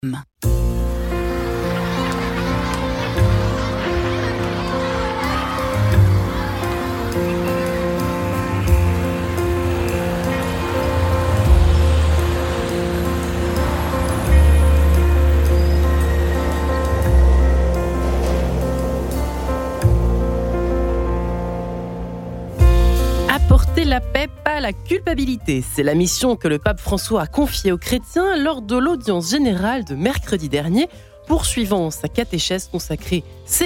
Apporter la paix, pas la culpabilité. C'est la mission que le pape François a confiée aux chrétiens lors de l'audience générale de mercredi dernier, poursuivant ses catéchèses consacrées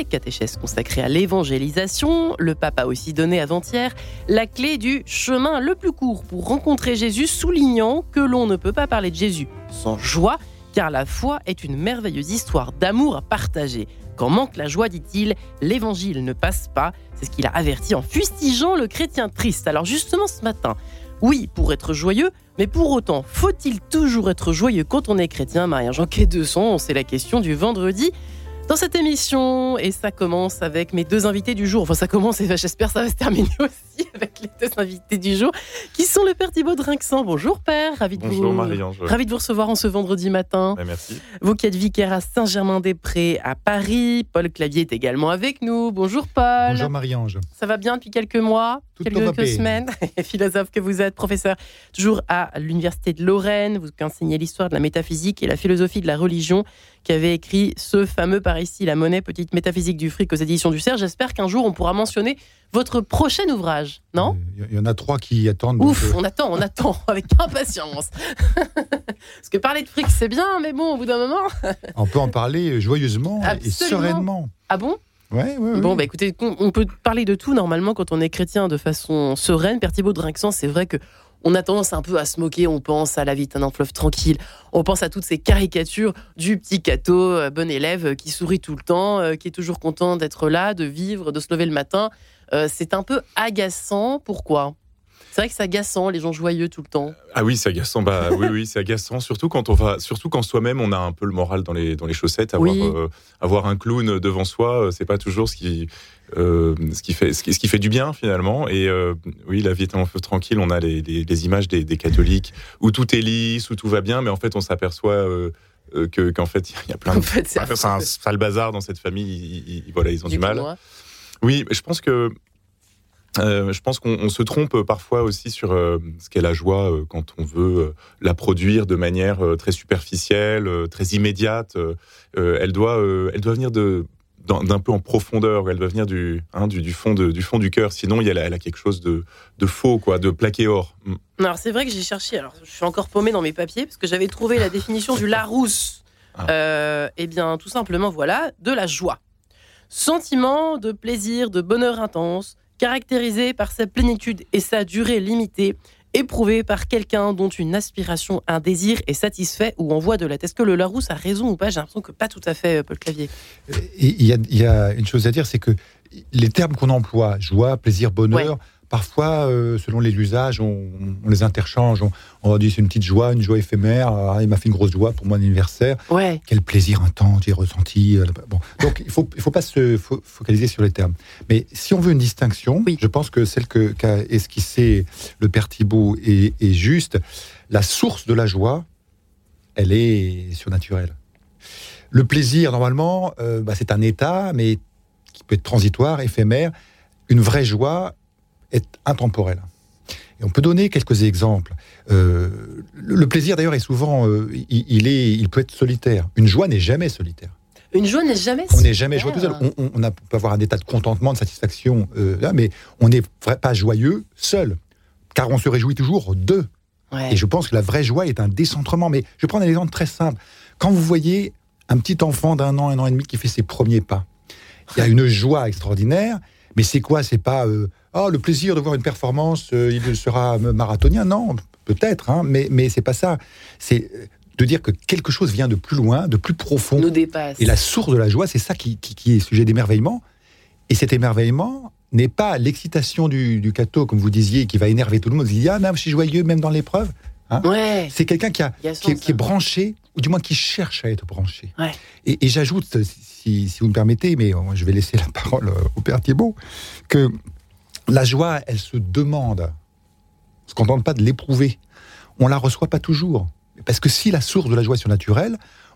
à l'évangélisation. Le pape a aussi donné avant-hier la clé du chemin le plus court pour rencontrer Jésus, soulignant que l'on ne peut pas parler de Jésus sans joie, car la foi est une merveilleuse histoire d'amour à partager. Quand manque la joie, dit-il, l'évangile ne passe pas. C'est ce qu'il a averti en fustigeant le chrétien triste. Alors justement ce matin, oui, pour être joyeux, mais pour autant, faut-il toujours être joyeux quand on est chrétien ? Marie-Ange Anquet de Son, c'est la question du vendredi dans cette émission. Et ça commence avec mes deux invités du jour. Enfin, ça commence et j'espère que ça va se terminer aussi avec les deux invités du jour, qui sont le Père Thibaut de Rinxan. Bonjour Père, Bonjour Marie-Ange. Ravi de vous recevoir en ce vendredi matin. Merci. Vous qui êtes vicaire à Saint-Germain-des-Prés à Paris. Paul Clavier est également avec nous. Bonjour Paul. Bonjour Marie-Ange. Ça va bien depuis quelques mois, quelques semaines. Philosophe que vous êtes, professeur toujours à l'Université de Lorraine. Vous enseignez l'histoire de la métaphysique et la philosophie de la religion, qui avait écrit ce fameux Par ici la monnaie, petite métaphysique du fric aux éditions du Cerf. J'espère qu'un jour on pourra mentionner votre prochain ouvrage, non ? Il y en a 3 qui attendent. Ouf, on attend avec impatience. Parce que parler de fric c'est bien, mais bon, au bout d'un moment... On peut en parler joyeusement et sereinement. Ah bon ? Ouais. Bon, écoutez, on peut parler de tout normalement quand on est chrétien de façon sereine. Père Thibaut de Rinxan, c'est vrai que on a tendance un peu à se moquer, on pense à La vie d'un fleuve tranquille, on pense à toutes ces caricatures du petit catho, bon élève, qui sourit tout le temps, qui est toujours content d'être là, de vivre, de se lever le matin. C'est un peu agaçant, pourquoi ? C'est vrai que c'est agaçant, les gens joyeux tout le temps. Ah oui, c'est agaçant. Oui, c'est agaçant. Surtout quand soi-même on a un peu le moral dans les chaussettes. Avoir un clown devant soi, c'est pas toujours ce qui fait du bien finalement. Et oui, La vie est un peu tranquille. On a les images des catholiques où tout est lisse, où tout va bien, mais en fait on s'aperçoit qu'en fait il y a plein de. C'est un sale bazar dans cette famille. Ils ont du mal. Oui, je pense qu'on se trompe parfois aussi sur ce qu'est la joie quand on veut la produire de manière très superficielle, très immédiate. Elle doit venir d'un peu en profondeur. Elle doit venir du fond du cœur. Sinon, elle a quelque chose de faux, quoi, de plaqué or. Alors c'est vrai que j'ai cherché. Alors je suis encore paumée dans mes papiers parce que j'avais trouvé la définition du Larousse. Eh bien, tout simplement, voilà, de la joie. Sentiment de plaisir, de bonheur intense, caractérisé par sa plénitude et sa durée limitée, éprouvé par quelqu'un dont une aspiration, un désir est satisfait ou en voie de l'être. Est-ce que le Larousse a raison ou pas ? J'ai l'impression que pas tout à fait, Paul Clavier. Il y a une chose à dire, c'est que les termes qu'on emploie, joie, plaisir, bonheur, parfois, selon les usages, on les interchange. On dit c'est une petite joie, une joie éphémère. Il m'a fait une grosse joie pour mon anniversaire. Ouais. Quel plaisir intense j'ai ressenti. Bon. Donc, il faut pas se focaliser sur les termes. Mais si on veut une distinction, je pense que celle qu'a esquissée le Père Thibaut est juste. La source de la joie, elle est surnaturelle. Le plaisir, normalement, c'est un état, mais qui peut être transitoire, éphémère. Une vraie joie est intemporelle. Et on peut donner quelques exemples. Le plaisir, d'ailleurs, est souvent, il peut être solitaire. Une joie n'est jamais solitaire. Une joie n'est jamais solitaire. On n'est jamais joyeux tout seul. On peut avoir un état de contentement, de satisfaction, là, mais on n'est pas joyeux seul, car on se réjouit toujours d'eux. Ouais. Et je pense que la vraie joie est un décentrement. Mais je vais prendre un exemple très simple. Quand vous voyez un petit enfant d'1 an, 1 an et demi qui fait ses premiers pas, il y a une joie extraordinaire, mais c'est quoi ? C'est pas le plaisir de voir une performance, il sera marathonien. Non, peut-être, mais c'est pas ça. C'est de dire que quelque chose vient de plus loin, de plus profond. Nous dépasse. Et la source de la joie, c'est ça qui est sujet d'émerveillement. Et cet émerveillement n'est pas l'excitation du catho, comme vous disiez, qui va énerver tout le monde. Il dit je suis joyeux même dans l'épreuve. Ouais. C'est quelqu'un qui est branché, ou du moins qui cherche à être branché. Ouais. Et j'ajoute, si vous me permettez, mais je vais laisser la parole au Père Thibaut, que la joie, elle se demande. On ne se contente pas de l'éprouver. On ne la reçoit pas toujours. Parce que si la source de la joie est surnaturelle,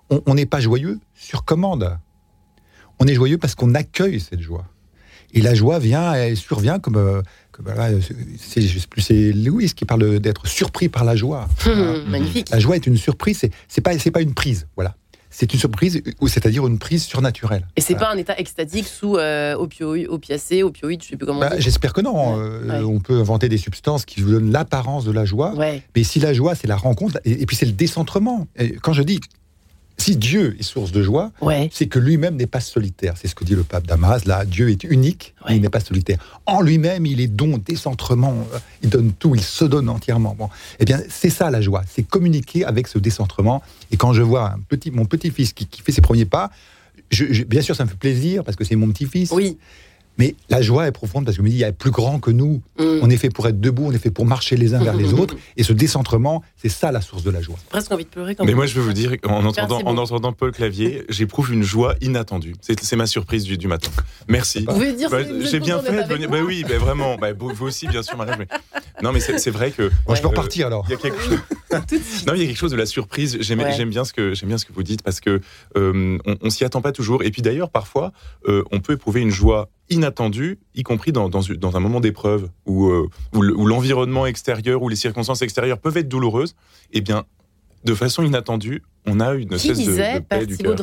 on n'est pas joyeux sur commande. On est joyeux parce qu'on accueille cette joie. Et la joie elle survient comme je sais plus, c'est Lewis qui parle d'être surpris par la joie. Magnifique. La joie est une surprise, c'est pas une prise, voilà. C'est une surprise, c'est-à-dire une prise surnaturelle. Et c'est pas un état extatique sous opiacé, opioïde, je sais plus comment on dit. J'espère que non. On peut inventer des substances qui vous donnent l'apparence de la joie. Ouais. Mais si la joie, c'est la rencontre, et puis c'est le décentrement. Et quand je dis, si Dieu est source de joie, c'est que lui-même n'est pas solitaire. C'est ce que dit le pape Damas. Là, Dieu est unique, mais il n'est pas solitaire. En lui-même, il est don, décentrement. Il donne tout, il se donne entièrement. Bon. Eh bien, c'est ça la joie. C'est communiquer avec ce décentrement. Et quand je vois mon petit-fils qui fait ses premiers pas, bien sûr, ça me fait plaisir parce que c'est mon petit-fils. Oui. Mais la joie est profonde parce que je me dis, il y a plus grand que nous. On est fait pour être debout, on est fait pour marcher les uns vers les autres. Et ce décentrement, c'est ça la source de la joie. Presque envie de pleurer. Mais moi, je veux vous dire, en entendant Paul Clavier, j'éprouve une joie inattendue. C'est ma surprise du matin. Merci. Vous pouvez dire j'ai bien fait de venir. Oui, vraiment. Vous aussi, bien sûr, Marie. Non, mais c'est vrai que. Bon, je peux repartir alors. Il y a quelque chose. Non, il y a quelque chose de la surprise. J'aime bien ce que vous dites parce que on s'y attend pas toujours. Et puis d'ailleurs, parfois, on peut éprouver une joie inattendue, y compris dans un moment d'épreuve où l'environnement extérieur, où les circonstances extérieures peuvent être douloureuses. Eh bien, de façon inattendue, on a une espèce de paix du cœur.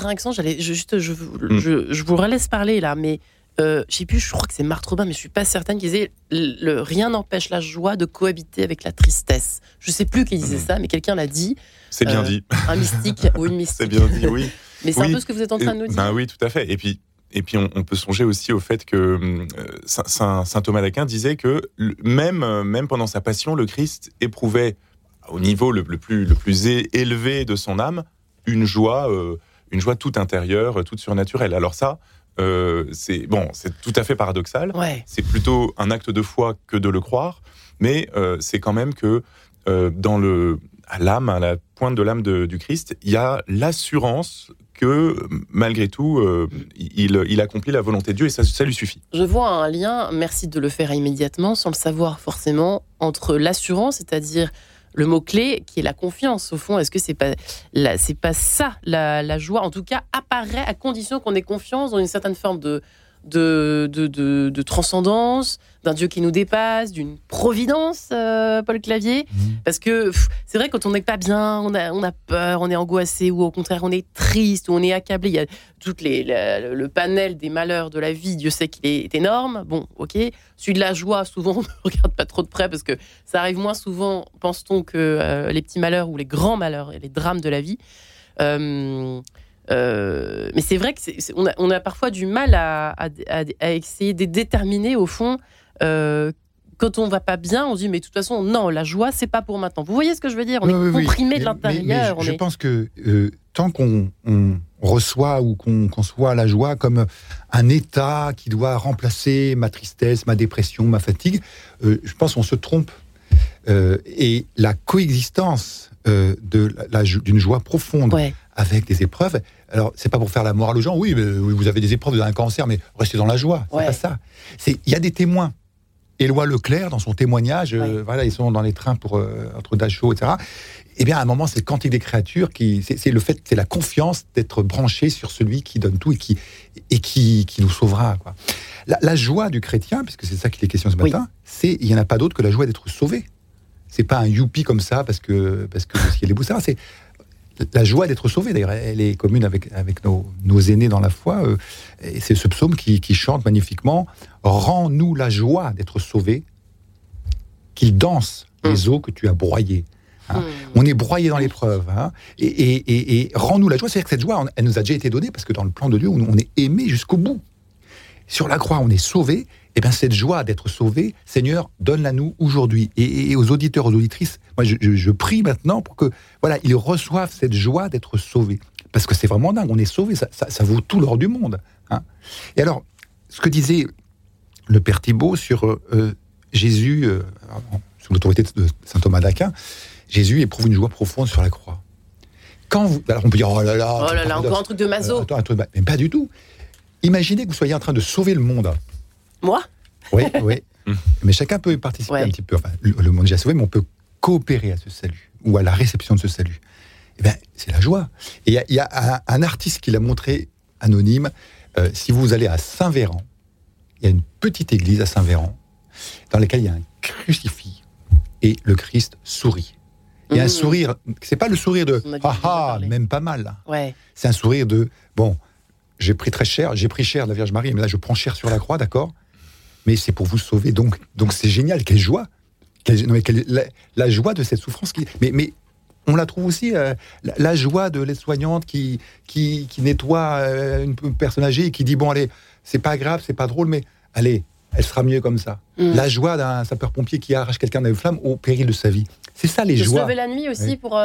Je vous relaisse parler là, mais je sais plus, je crois que c'est Marthe Robin, mais je suis pas certaine qu'il disait rien n'empêche la joie de cohabiter avec la tristesse. Je sais plus qui disait ça, mais quelqu'un l'a dit. C'est bien dit. Un mystique ou une mystique. C'est bien dit, oui. Mais c'est un peu ce que vous êtes en train de nous dire. Oui, tout à fait. Et puis on peut songer aussi au fait que saint Thomas d'Aquin disait que même pendant sa passion, le Christ éprouvait au niveau le plus élevé de son âme une joie toute intérieure, toute surnaturelle. Alors ça, c'est tout à fait paradoxal. Ouais. C'est plutôt un acte de foi que de le croire, mais c'est quand même que à la pointe de l'âme du Christ, il y a l'assurance que malgré tout, il accomplit la volonté de Dieu et ça lui suffit. Je vois un lien, merci de le faire immédiatement, sans le savoir forcément, entre l'assurance, c'est-à-dire le mot-clé qui est la confiance. Au fond, est-ce que c'est pas ça la joie, en tout cas, apparaît à condition qu'on ait confiance dans une certaine forme de transcendance, d'un Dieu qui nous dépasse, d'une providence, Paul Clavier. Parce que c'est vrai, quand on n'est pas bien, on a peur, on est angoissé, ou au contraire, on est triste, ou on est accablé. Il y a le panel des malheurs de la vie, Dieu sait qu'il est énorme. Bon, ok. Celui de la joie, souvent, on ne regarde pas trop de près, parce que ça arrive moins souvent, pense-t-on, que les petits malheurs ou les grands malheurs et les drames de la vie. Mais c'est vrai qu'on a parfois du mal à essayer de déterminer au fond quand on va pas bien, on se dit mais de toute façon non, la joie c'est pas pour maintenant. Vous voyez ce que je veux dire? On est comprimé de l'intérieur. Je pense que tant qu'on reçoit ou qu'on conçoit la joie comme un état qui doit remplacer ma tristesse, ma dépression, ma fatigue, je pense qu'on se trompe. Et la coexistence d'une joie profonde avec des épreuves. Alors, c'est pas pour faire la morale aux gens. Oui, vous avez des épreuves, vous avez un cancer, mais restez dans la joie. C'est pas ça. Il y a des témoins. Éloi Leclerc, dans son témoignage, ils sont dans les trains entre Dachau, etc. Eh bien, à un moment, c'est le cantique des créatures c'est la confiance d'être branché sur celui qui donne tout et qui nous sauvera, quoi. La joie du chrétien, puisque c'est ça qu'il est question ce matin, il y en a pas d'autre que la joie d'être sauvé. C'est pas un youpi comme ça parce que le ciel est beau, ça. C'est la joie d'être sauvé. D'ailleurs, elle est commune avec nos aînés dans la foi. Et c'est ce psaume qui chante magnifiquement. Rends-nous la joie d'être sauvés, qu'ils dansent les eaux que tu as broyées. Hein. On est broyé dans l'épreuve. Hein. Et rends-nous la joie. C'est-à-dire que cette joie, elle nous a déjà été donnée parce que dans le plan de Dieu, on est aimé jusqu'au bout. Sur la croix, on est sauvé. Et bien cette joie d'être sauvé, Seigneur, donne-la nous aujourd'hui. Et aux auditeurs, aux auditrices, moi je prie maintenant pour que ils reçoivent cette joie d'être sauvés. Parce que c'est vraiment dingue, on est sauvés, ça vaut tout l'or du monde. Hein. Et alors, ce que disait le Père Thibaut sur Jésus, sous l'autorité de saint Thomas d'Aquin, Jésus éprouve une joie profonde sur la croix. Alors on peut dire, oh là là, encore un truc de maso. Mais pas du tout. Imaginez que vous soyez en train de sauver le monde. Moi ? Oui. Mais chacun peut y participer un petit peu. Enfin, le monde est déjà sauvé, mais on peut coopérer à ce salut, ou à la réception de ce salut. Eh ben, c'est la joie. Et il y a un artiste qui l'a montré anonyme. Si vous allez à Saint-Véran, il y a une petite église à Saint-Véran dans laquelle il y a un crucifix et le Christ sourit. Et un sourire, c'est pas le sourire de « ah, même pas mal ». Ouais. C'est un sourire de « bon, j'ai pris cher de la Vierge Marie, mais là je prends cher sur la croix, d'accord ? Mais c'est pour vous sauver, donc c'est génial, quelle joie ! La joie de cette souffrance. Mais on la trouve aussi, la joie de l'aide-soignante qui nettoie une personne âgée et qui dit « bon, allez, c'est pas grave, c'est pas drôle, mais allez, elle sera mieux comme ça. » La joie d'un sapeur-pompier qui arrache quelqu'un d'une flamme au péril de sa vie. C'est ça les joies. Se lever la nuit aussi pour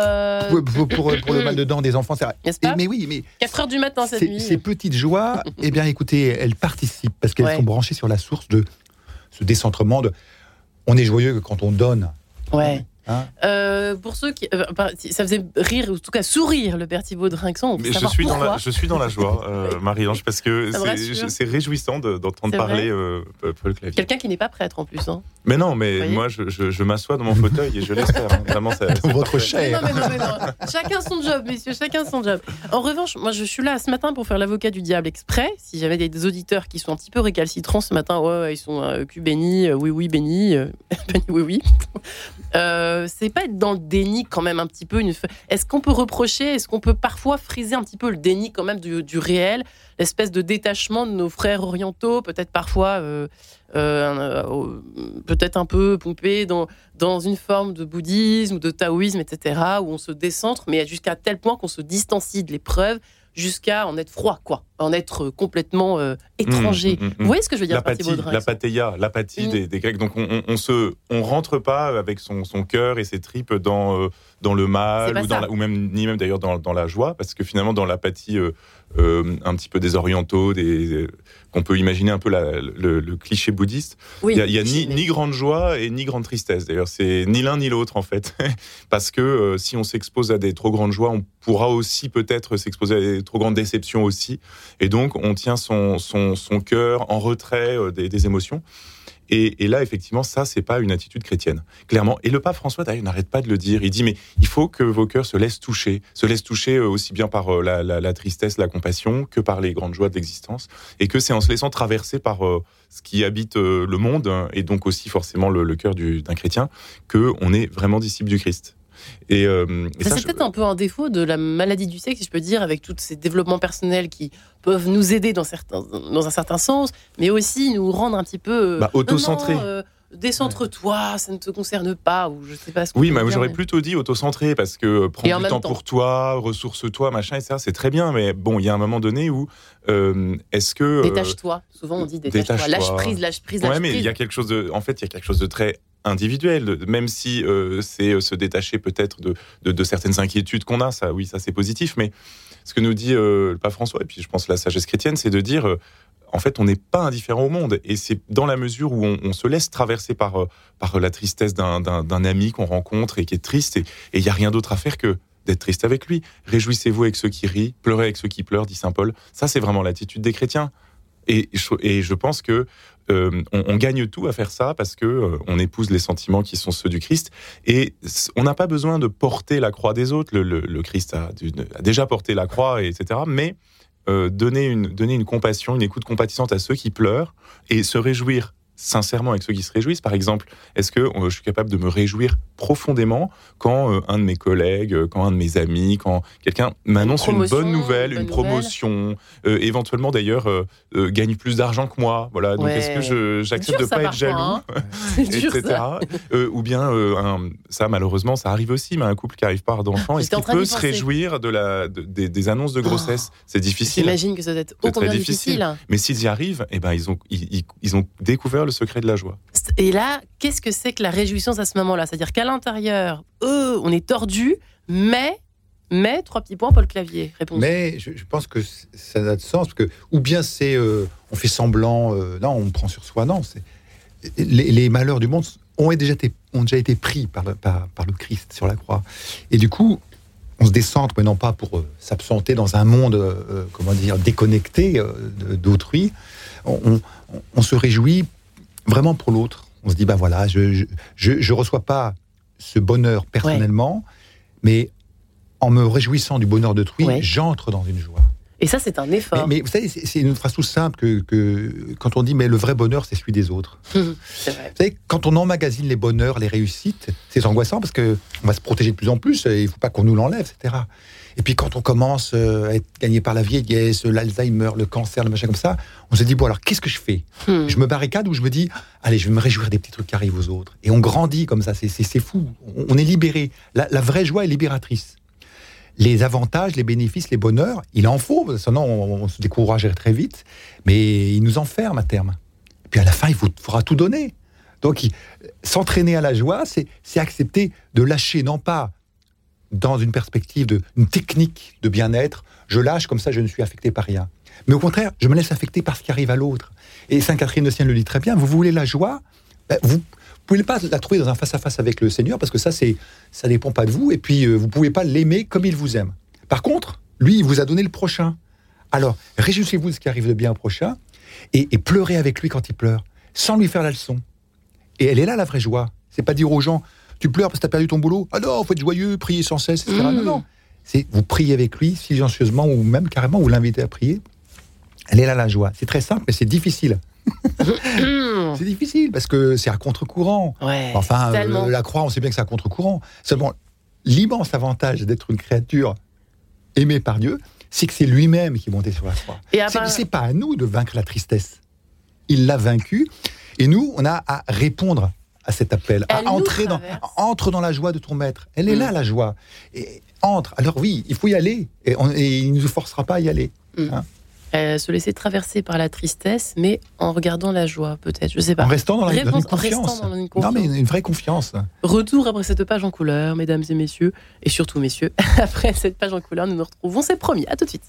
le mal de dents des enfants. N'est-ce pas ? Mais oui, mais 4h du matin cette nuit. Ces petites joies, eh bien écoutez, elles participent parce qu'elles sont branchées sur la source de ce décentrement. On est joyeux que quand on donne. Ouais. Hein pour ceux qui, ça faisait rire, ou en tout cas sourire le Berthibaud de Drinxon. Mais je suis dans la joie, Marie-Ange, parce que c'est réjouissant d'entendre parler Paul Clavier. Quelqu'un qui n'est pas prêtre en plus. Hein. Mais non, mais moi je m'assois dans mon fauteuil et je l'espère. Hein. Vraiment, ça, dans votre chair. Mais non. Chacun son job, messieurs, chacun son job. En revanche, moi je suis là ce matin pour faire l'avocat du diable exprès. Si j'avais des auditeurs qui sont un petit peu récalcitrants ce matin, ils sont cul béni, oui béni, oui. C'est pas être dans le déni quand même un petit peu. Est-ce qu'on peut reprocher, est-ce qu'on peut parfois friser un petit peu le déni quand même du réel, l'espèce de détachement de nos frères orientaux, peut-être parfois peut-être un peu pompé dans une forme de bouddhisme ou de taoïsme, etc., où on se décentre, mais jusqu'à tel point qu'on se distancie de l'épreuve, jusqu'à en être froid, quoi, en être complètement étranger. Vous voyez ce que je veux dire, l'apathie des Grecs. Donc on rentre pas avec son cœur et ses tripes dans le mal ou même d'ailleurs dans la joie, parce que finalement dans l'apathie un petit peu des orientaux, qu'on peut imaginer un peu le cliché bouddhiste. Il y a ni grande joie et ni grande tristesse. D'ailleurs, c'est ni l'un ni l'autre en fait, parce que si on s'expose à des trop grandes joies, on pourra aussi peut-être s'exposer à des trop grandes déceptions aussi. Et donc, on tient son cœur en retrait des émotions. Et là, effectivement, ça, c'est pas une attitude chrétienne, clairement. Et le pape François, d'ailleurs, n'arrête pas de le dire. Il dit, mais il faut que vos cœurs se laissent toucher aussi bien par la tristesse, la compassion, que par les grandes joies de l'existence. Et que c'est en se laissant traverser par ce qui habite le monde, et donc aussi forcément le cœur d'un chrétien, qu'on est vraiment disciple du Christ. Et c'est peut-être un peu un défaut de la maladie du sexe, si je peux dire, avec tous ces développements personnels qui peuvent nous aider dans un certain sens, mais aussi nous rendre un petit peu autocentrés. Décentre-toi, ça ne te concerne pas, ou je sais pas ce que. Oui, mais j'aurais plutôt dit autocentré, parce que prendre du temps pour toi, ressource-toi, machin, etc., c'est très bien, mais bon, il y a un moment donné où est-ce que détache-toi. Souvent on dit détache-toi. Lâche prise. Ouais, mais il y a quelque chose de très individuel, même si c'est se détacher peut-être de certaines inquiétudes qu'on a, ça c'est positif, mais ce que nous dit le pape François, et puis je pense la sagesse chrétienne, c'est de dire en fait on n'est pas indifférent au monde, et c'est dans la mesure où on se laisse traverser par la tristesse d'un ami qu'on rencontre et qui est triste, et il n'y a rien d'autre à faire que d'être triste avec lui. Réjouissez-vous avec ceux qui rient, pleurez avec ceux qui pleurent, dit saint Paul. Ça, c'est vraiment l'attitude des chrétiens. Et je pense que on gagne tout à faire ça, parce que on épouse les sentiments qui sont ceux du Christ, et on n'a pas besoin de porter la croix des autres. Le Christ a déjà porté la croix, etc. Mais donner une compassion, une écoute compatissante à ceux qui pleurent, et se réjouir sincèrement avec ceux qui se réjouissent. Par exemple, est-ce que je suis capable de me réjouir profondément quand un de mes collègues, quand un de mes amis, quand quelqu'un m'annonce une bonne nouvelle, une promotion, éventuellement d'ailleurs gagne plus d'argent que moi. Voilà. Donc est-ce que j'accepte de ne pas être jaloux, etc. Ou bien ça, malheureusement, ça arrive aussi, mais un couple qui n'arrive pas à avoir d'enfants, est-ce qu'il peut se réjouir des annonces de grossesse? C'est difficile. J'imagine que ça doit être ô combien difficile. Mais s'ils y arrivent, ils ont découvert le secret de la joie. Et là, qu'est-ce que c'est que la réjouissance à ce moment-là? C'est-à-dire qu'à l'intérieur, on est tordu, mais 3 petits points, Paul Clavier. Réponse. Mais je pense que ça a de sens, parce que ou bien c'est on fait semblant, non, on prend sur soi, non. Les malheurs du monde ont déjà été pris par le Christ sur la croix. Et du coup, on se décentre, mais non pas pour s'absenter dans un monde, déconnecté d'autrui. On se réjouit vraiment pour l'autre. On se dit, je reçois pas ce bonheur personnellement, mais en me réjouissant du bonheur d'autrui, j'entre dans une joie. Et ça, c'est un effort. Mais vous savez, c'est une phrase tout simple que quand on dit « mais le vrai bonheur, c'est celui des autres ». C'est vrai. Vous savez, quand on emmagasine les bonheurs, les réussites, c'est angoissant parce qu'on va se protéger de plus en plus, il ne faut pas qu'on nous l'enlève, etc. Et puis quand on commence à être gagné par la vieillesse, l'Alzheimer, le cancer, le machin comme ça, on se dit « bon alors, qu'est-ce que je fais ?» Je me barricade ou je me dis « allez, je vais me réjouir des petits trucs qui arrivent aux autres ». Et on grandit comme ça, c'est fou. On est libéré. La vraie joie est libératrice. Les avantages, les bénéfices, les bonheurs, il en faut, sinon on se découragerait très vite, mais il nous enferme à terme. Et puis à la fin, il faudra tout donner. Donc s'entraîner à la joie, c'est accepter de lâcher, non pas dans une perspective une technique de bien-être, je lâche, comme ça je ne suis affecté par rien. Mais au contraire, je me laisse affecter par ce qui arrive à l'autre. Et Sainte Catherine de Sienne le dit très bien, vous voulez la joie, vous pouvez pas la trouver dans un face-à-face avec le Seigneur, parce que ça dépend pas de vous, et puis vous pouvez pas l'aimer comme il vous aime. Par contre, lui, il vous a donné le prochain. Alors, réjouissez-vous de ce qui arrive de bien au prochain, et pleurez avec lui quand il pleure, sans lui faire la leçon. Et elle est là, la vraie joie. C'est pas dire aux gens, tu pleures parce que tu as perdu ton boulot, ah non, faut être joyeux, prier sans cesse, etc. Non. C'est vous priez avec lui, silencieusement, ou même carrément, vous l'invitez à prier. Elle est là, la joie. C'est très simple, mais c'est difficile. C'est difficile parce que c'est à contre-courant. Ouais, enfin, la croix, on sait bien que c'est à contre-courant. Seulement, l'immense avantage d'être une créature aimée par Dieu, c'est que c'est lui-même qui est monté sur la croix. C'est pas à nous de vaincre la tristesse. Il l'a vaincue, et nous, on a à répondre à cet appel, à entrer entre dans la joie de ton maître. Elle est là, la joie. Et entre. Alors oui, il faut y aller, et il ne nous forcera pas à y aller. Hein. Se laisser traverser par la tristesse, mais en regardant la joie, peut-être, je sais pas. En restant dans une confiance. Non, mais une vraie confiance. Retour après cette page en couleur, mesdames et messieurs, et surtout messieurs, après cette page en couleur, nous nous retrouvons, c'est promis. À tout de suite.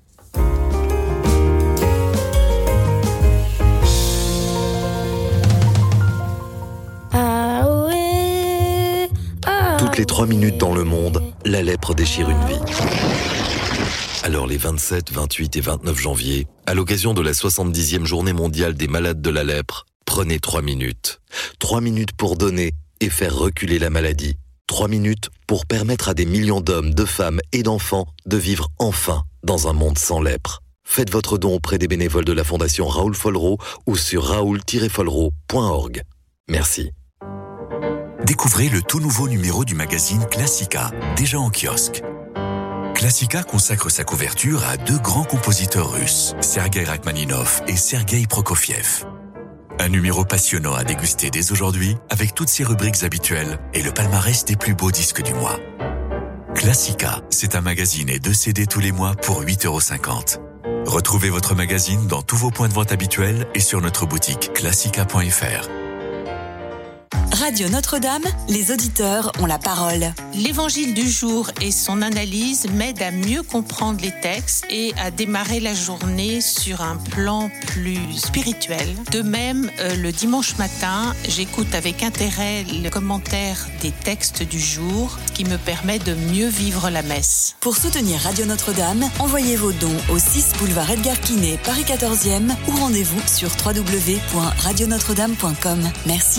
Toutes les 3 minutes dans le monde, la lèpre déchire une vie. Alors les 27, 28 et 29 janvier, à l'occasion de la 70e journée mondiale des malades de la lèpre, prenez 3 minutes. 3 minutes pour donner et faire reculer la maladie. 3 minutes pour permettre à des millions d'hommes, de femmes et d'enfants de vivre enfin dans un monde sans lèpre. Faites votre don auprès des bénévoles de la Fondation Raoul Follereau ou sur raoul-follereau.org. Merci. Découvrez le tout nouveau numéro du magazine Classica, déjà en kiosque. Classica consacre sa couverture à 2 grands compositeurs russes, Sergueï Rachmaninov et Sergueï Prokofiev. Un numéro passionnant à déguster dès aujourd'hui, avec toutes ses rubriques habituelles et le palmarès des plus beaux disques du mois. Classica, c'est un magazine et 2 CD tous les mois pour 8,50 €. Retrouvez votre magazine dans tous vos points de vente habituels et sur notre boutique classica.fr. Radio Notre-Dame, les auditeurs ont la parole. L'évangile du jour et son analyse m'aident à mieux comprendre les textes et à démarrer la journée sur un plan plus spirituel. De même, le dimanche matin, j'écoute avec intérêt le commentaire des textes du jour qui me permet de mieux vivre la messe. Pour soutenir Radio Notre-Dame, envoyez vos dons au 6 boulevard Edgar Quinet, Paris 14e ou rendez-vous sur www.radionotre-dame.com. Merci.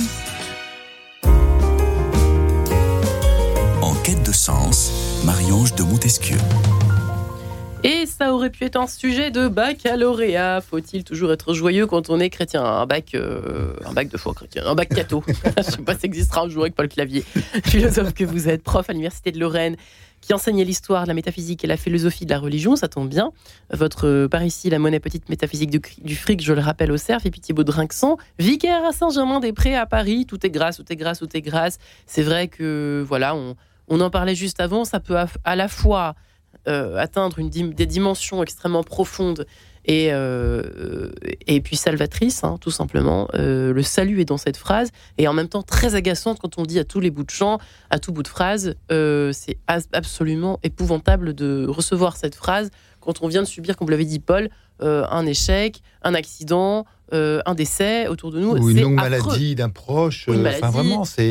En quête de sens, Marie-Ange de Montesquieu. Et ça aurait pu être un sujet de baccalauréat. Faut-il toujours être joyeux quand on est chrétien ? Un bac de foi chrétien, un bac catho. Je ne sais pas si ça existera un jour avec Paul Clavier, philosophe que vous êtes, prof à l'Université de Lorraine, qui enseignait l'histoire, la métaphysique et la philosophie de la religion. Ça tombe bien. Votre parisis, la monnaie petite métaphysique du fric, je le rappelle, au Cerf, et puis Thibaut de Rinxan, vicaire à Saint-Germain-des-Prés à Paris. Tout est grâce, tout est grâce, tout est grâce. C'est vrai que, voilà, on en parlait juste avant, ça peut à la fois atteindre des dimensions extrêmement profondes et puis salvatrices, hein, tout simplement. Le salut est dans cette phrase, et en même temps très agaçante quand on le dit à tous les bouts de champ, à tout bout de phrase. C'est absolument épouvantable de recevoir cette phrase quand on vient de subir, comme vous l'avez dit Paul, un échec, un accident, un décès autour de nous. Ou une longue maladie d'un proche. Enfin, vraiment, c'est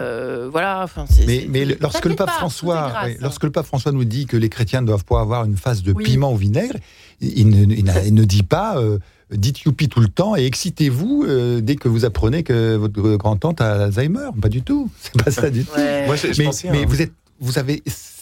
mais lorsque le pape François nous dit que les chrétiens doivent pouvoir avoir une phase de piment au vinaigre, il ne dit pas dites youpi tout le temps et excitez-vous dès que vous apprenez que votre grand-tante a Alzheimer. Pas du tout. C'est pas ça du tout. Moi, je pensais mais vous avez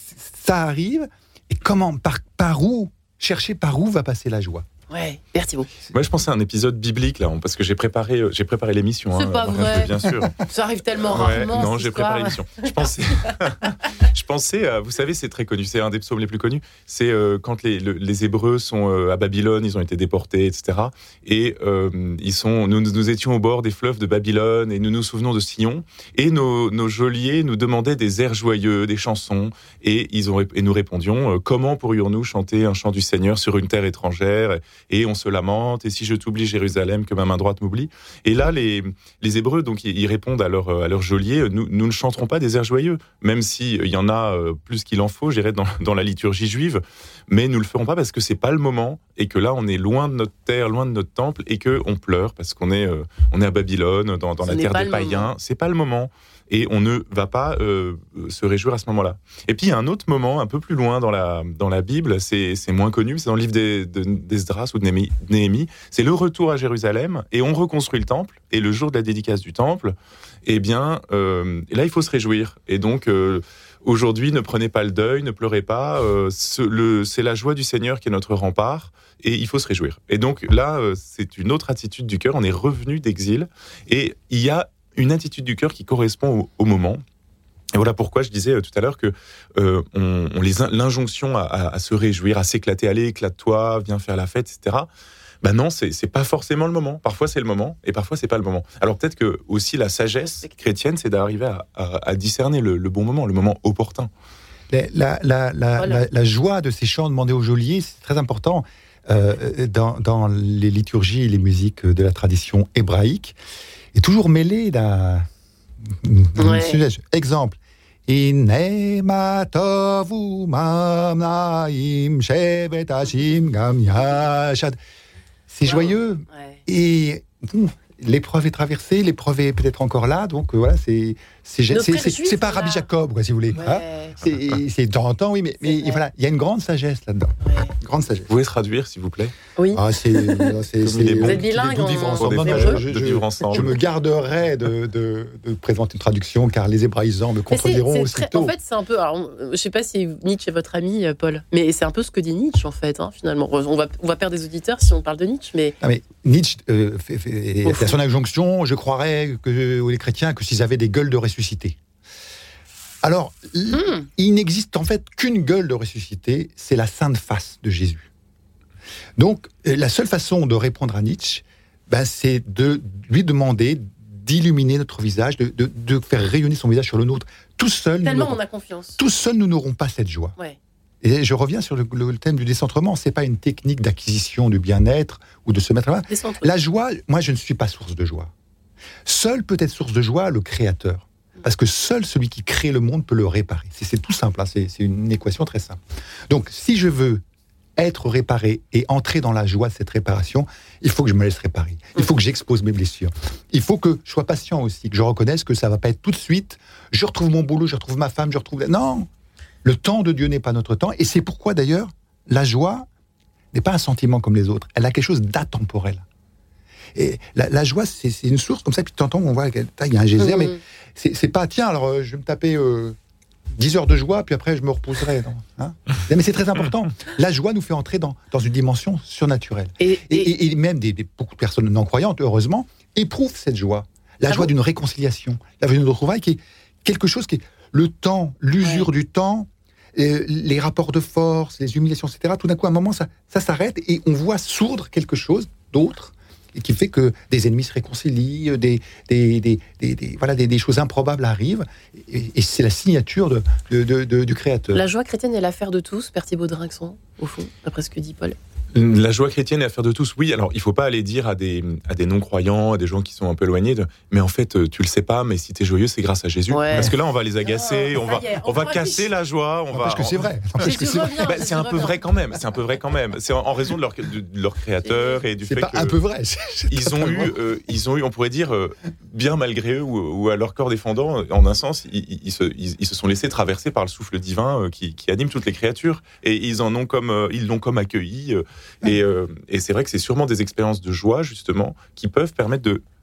ça arrive, et comment, par où va passer la joie? Ouais, Berthibaud. Moi, je pensais à un épisode biblique, là, parce que j'ai préparé l'émission. C'est pas vrai. Bien sûr. Ça arrive tellement rarement. Non, j'ai préparé l'émission. Je pensais à, vous savez, c'est très connu, c'est un des psaumes les plus connus. C'est quand les Hébreux sont à Babylone, ils ont été déportés, etc. Et nous étions au bord des fleuves de Babylone, et nous nous souvenons de Sion. Et nos geôliers nous demandaient des airs joyeux, des chansons, et nous répondions comment pourrions-nous chanter un chant du Seigneur sur une terre étrangère? Et on se lamente, et si je t'oublie Jérusalem, que ma main droite m'oublie. Et là, les Hébreux, donc, ils répondent à leur geôlier, nous ne chanterons pas des airs joyeux, même s'il y en a plus qu'il en faut, je dirais, dans la liturgie juive, mais nous le ferons pas parce que c'est pas le moment, et que là, on est loin de notre terre, loin de notre temple, et qu'on pleure, parce qu'on est à Babylone, dans la terre des païens. C'est pas le moment. Et on ne va pas se réjouir à ce moment-là. Et puis il y a un autre moment un peu plus loin dans la Bible, c'est moins connu, c'est dans le livre d'Esdras ou de Néhémie, c'est le retour à Jérusalem, et on reconstruit le temple, et le jour de la dédicace du temple, et là il faut se réjouir. Et donc aujourd'hui, ne prenez pas le deuil, ne pleurez pas, c'est la joie du Seigneur qui est notre rempart, et il faut se réjouir. Et donc là, c'est une autre attitude du cœur, on est revenu d'exil, et il y a une attitude du cœur qui correspond au moment. Et voilà pourquoi je disais tout à l'heure que l'injonction à se réjouir, à s'éclater, allez, éclate-toi, viens faire la fête, etc. Ben non, c'est pas forcément le moment. Parfois c'est le moment, et parfois c'est pas le moment. Alors peut-être que aussi la sagesse chrétienne, c'est d'arriver à discerner le bon moment, le moment opportun. La joie de ces chants demandés aux geôliers, c'est très important dans les liturgies et les musiques de la tradition hébraïque. Et toujours mêlé d'un sujet. Exemple. Inema tovu mamnaim shevet hashim gam yashad. C'est joyeux. Et l'épreuve est traversée, l'épreuve est peut-être encore là, donc voilà, c'est pas Rabbi Jacob, quoi, si vous voulez. Ouais. Hein, c'est de temps en temps, oui, mais voilà, il y a une grande sagesse là-dedans. Ouais. Grande sagesse. Vous pouvez traduire, s'il vous plaît? Oui. Ah, Vous êtes bilingue de vivre ensemble. Je me garderai de présenter une traduction, car les hébraïsants me contrediront aussitôt. En fait, c'est un peu. Alors, je sais pas si Nietzsche est votre ami, Paul, mais c'est un peu ce que dit Nietzsche, en fait, hein, finalement. On va perdre des auditeurs si on parle de Nietzsche, mais. Ah, mais Nietzsche fait son injonction, je croirais que les chrétiens, que s'ils avaient des gueules de ressuscité. Alors, il n'existe en fait qu'une gueule de ressuscité, c'est la sainte face de Jésus. Donc, la seule façon de répondre à Nietzsche, c'est de lui demander d'illuminer notre visage, de faire rayonner son visage sur le nôtre. Tout seul, on a confiance. Tout seul, nous n'aurons pas cette joie. Ouais. Et je reviens sur le thème du décentrement. C'est pas une technique d'acquisition du bien-être ou de se mettre là. La joie, moi, je ne suis pas source de joie. Seul peut être source de joie le Créateur. Parce que seul celui qui crée le monde peut le réparer. C'est tout simple, hein, c'est une équation très simple. Donc, si je veux être réparé et entrer dans la joie de cette réparation, il faut que je me laisse réparer. Il faut que j'expose mes blessures. Il faut que je sois patient aussi, que je reconnaisse que ça ne va pas être tout de suite. Je retrouve mon boulot, je retrouve ma femme, je retrouve... Non, le temps de Dieu n'est pas notre temps. Et c'est pourquoi, d'ailleurs, la joie n'est pas un sentiment comme les autres. Elle a quelque chose d'atemporel. Et la joie, c'est une source comme ça, puis de temps en temps, on voit qu'il y a un geyser, mais c'est pas, tiens, alors je vais me taper 10 heures de joie, puis après je me reposerai. Hein, mais c'est très important. La joie nous fait entrer dans une dimension surnaturelle. Et même beaucoup de personnes non-croyantes, heureusement, éprouvent cette joie. La joie d'une réconciliation, la joie d'une retrouvaille, qui est quelque chose qui est le temps, l'usure du temps, les rapports de force, les humiliations, etc. Tout d'un coup, à un moment, ça s'arrête et on voit sourdre quelque chose d'autre, et qui fait que des ennemis se réconcilient, des choses improbables arrivent, et c'est la signature du Créateur. La joie chrétienne est l'affaire de tous, Berthibaud de Rinxon, au fond, d'après ce que dit Paul. La joie chrétienne est l'affaire de tous, oui. Alors, il ne faut pas aller dire à des non-croyants, à des gens qui sont un peu éloignés, mais en fait, tu le sais pas, mais si tu es joyeux, c'est grâce à Jésus. Ouais. Parce que là, on va les agacer, on va casser la joie. Parce que c'est vrai. C'est un peu vrai quand même. C'est un peu vrai quand même. C'est en raison de leur créateur et du fait que... C'est pas un peu vrai. Ils ont eu, on pourrait dire, bien malgré eux ou à leur corps défendant, en un sens, ils se sont laissés traverser par le souffle divin qui anime toutes les créatures. Et ils l'ont comme accueilli. Et c'est vrai que c'est sûrement des expériences de joie, justement, qui peuvent permettre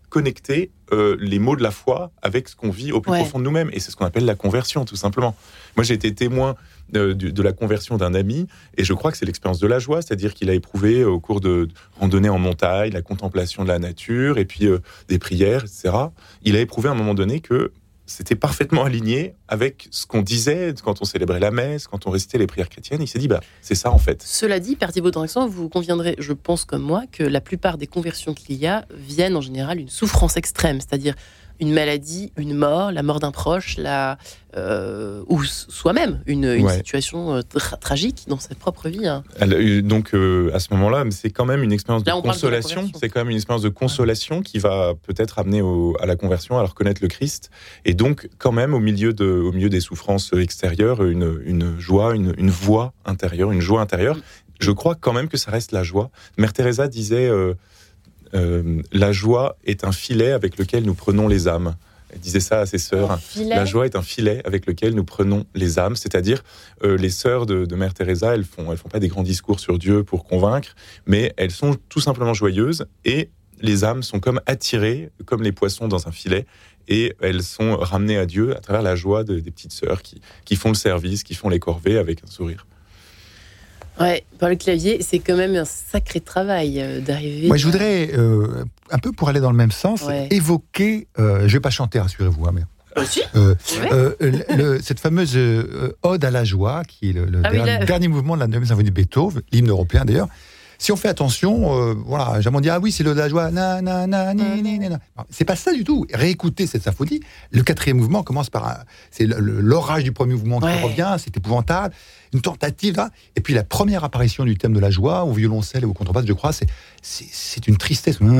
connecter les mots de la foi avec ce qu'on vit au plus profond de nous-mêmes. Et c'est ce qu'on appelle la conversion, tout simplement. Moi, j'ai été témoin de la conversion d'un ami, et je crois que c'est l'expérience de la joie, c'est-à-dire qu'il a éprouvé au cours de randonnées en montagne, la contemplation de la nature, et puis des prières, etc. Il a éprouvé à un moment donné que c'était parfaitement aligné avec ce qu'on disait quand on célébrait la messe, quand on récitait les prières chrétiennes. Il s'est dit, c'est ça en fait. Cela dit, Père Thibaut d'Orexan, vous conviendrez, je pense comme moi, que la plupart des conversions qu'il y a viennent en général d'une souffrance extrême, c'est-à-dire une maladie, une mort, la mort d'un proche, ou soi-même une situation tragique dans sa propre vie. Hein. Donc à ce moment-là, c'est quand même une expérience de consolation. C'est quand même une expérience de consolation qui va peut-être amener à la conversion, à reconnaître le Christ. Et donc quand même au milieu des souffrances extérieures, une joie, une voix intérieure, une joie intérieure. Je crois quand même que ça reste la joie. Mère Teresa disait la joie est un filet avec lequel nous prenons les âmes. Elle disait ça à ses sœurs. La joie est un filet avec lequel nous prenons les âmes. C'est-à-dire, les sœurs de Mère Teresa, elles font pas des grands discours sur Dieu pour convaincre, mais elles sont tout simplement joyeuses, et les âmes sont comme attirées, comme les poissons dans un filet, et elles sont ramenées à Dieu à travers la joie des petites sœurs qui font le service, qui font les corvées avec un sourire. Ouais, Paul Clavier, c'est quand même un sacré travail d'arriver... Moi, je voudrais, un peu pour aller dans le même sens, évoquer... je ne vais pas chanter, rassurez-vous, hein, mais... Aussi cette fameuse ode à la joie, qui est le dernier mouvement de la 9e symphonie de Beethoven, l'hymne européen d'ailleurs. Si on fait attention, voilà, jamais on dit, ah oui, c'est l'ode à la joie, c'est pas ça du tout. Réécoutez cette symphonie. Le 4e mouvement commence par c'est l'orage du premier mouvement qui revient, c'est épouvantable, une tentative, là. Et puis la première apparition du thème de la joie, au violoncelle et au contrebasse, je crois, c'est une tristesse. Puis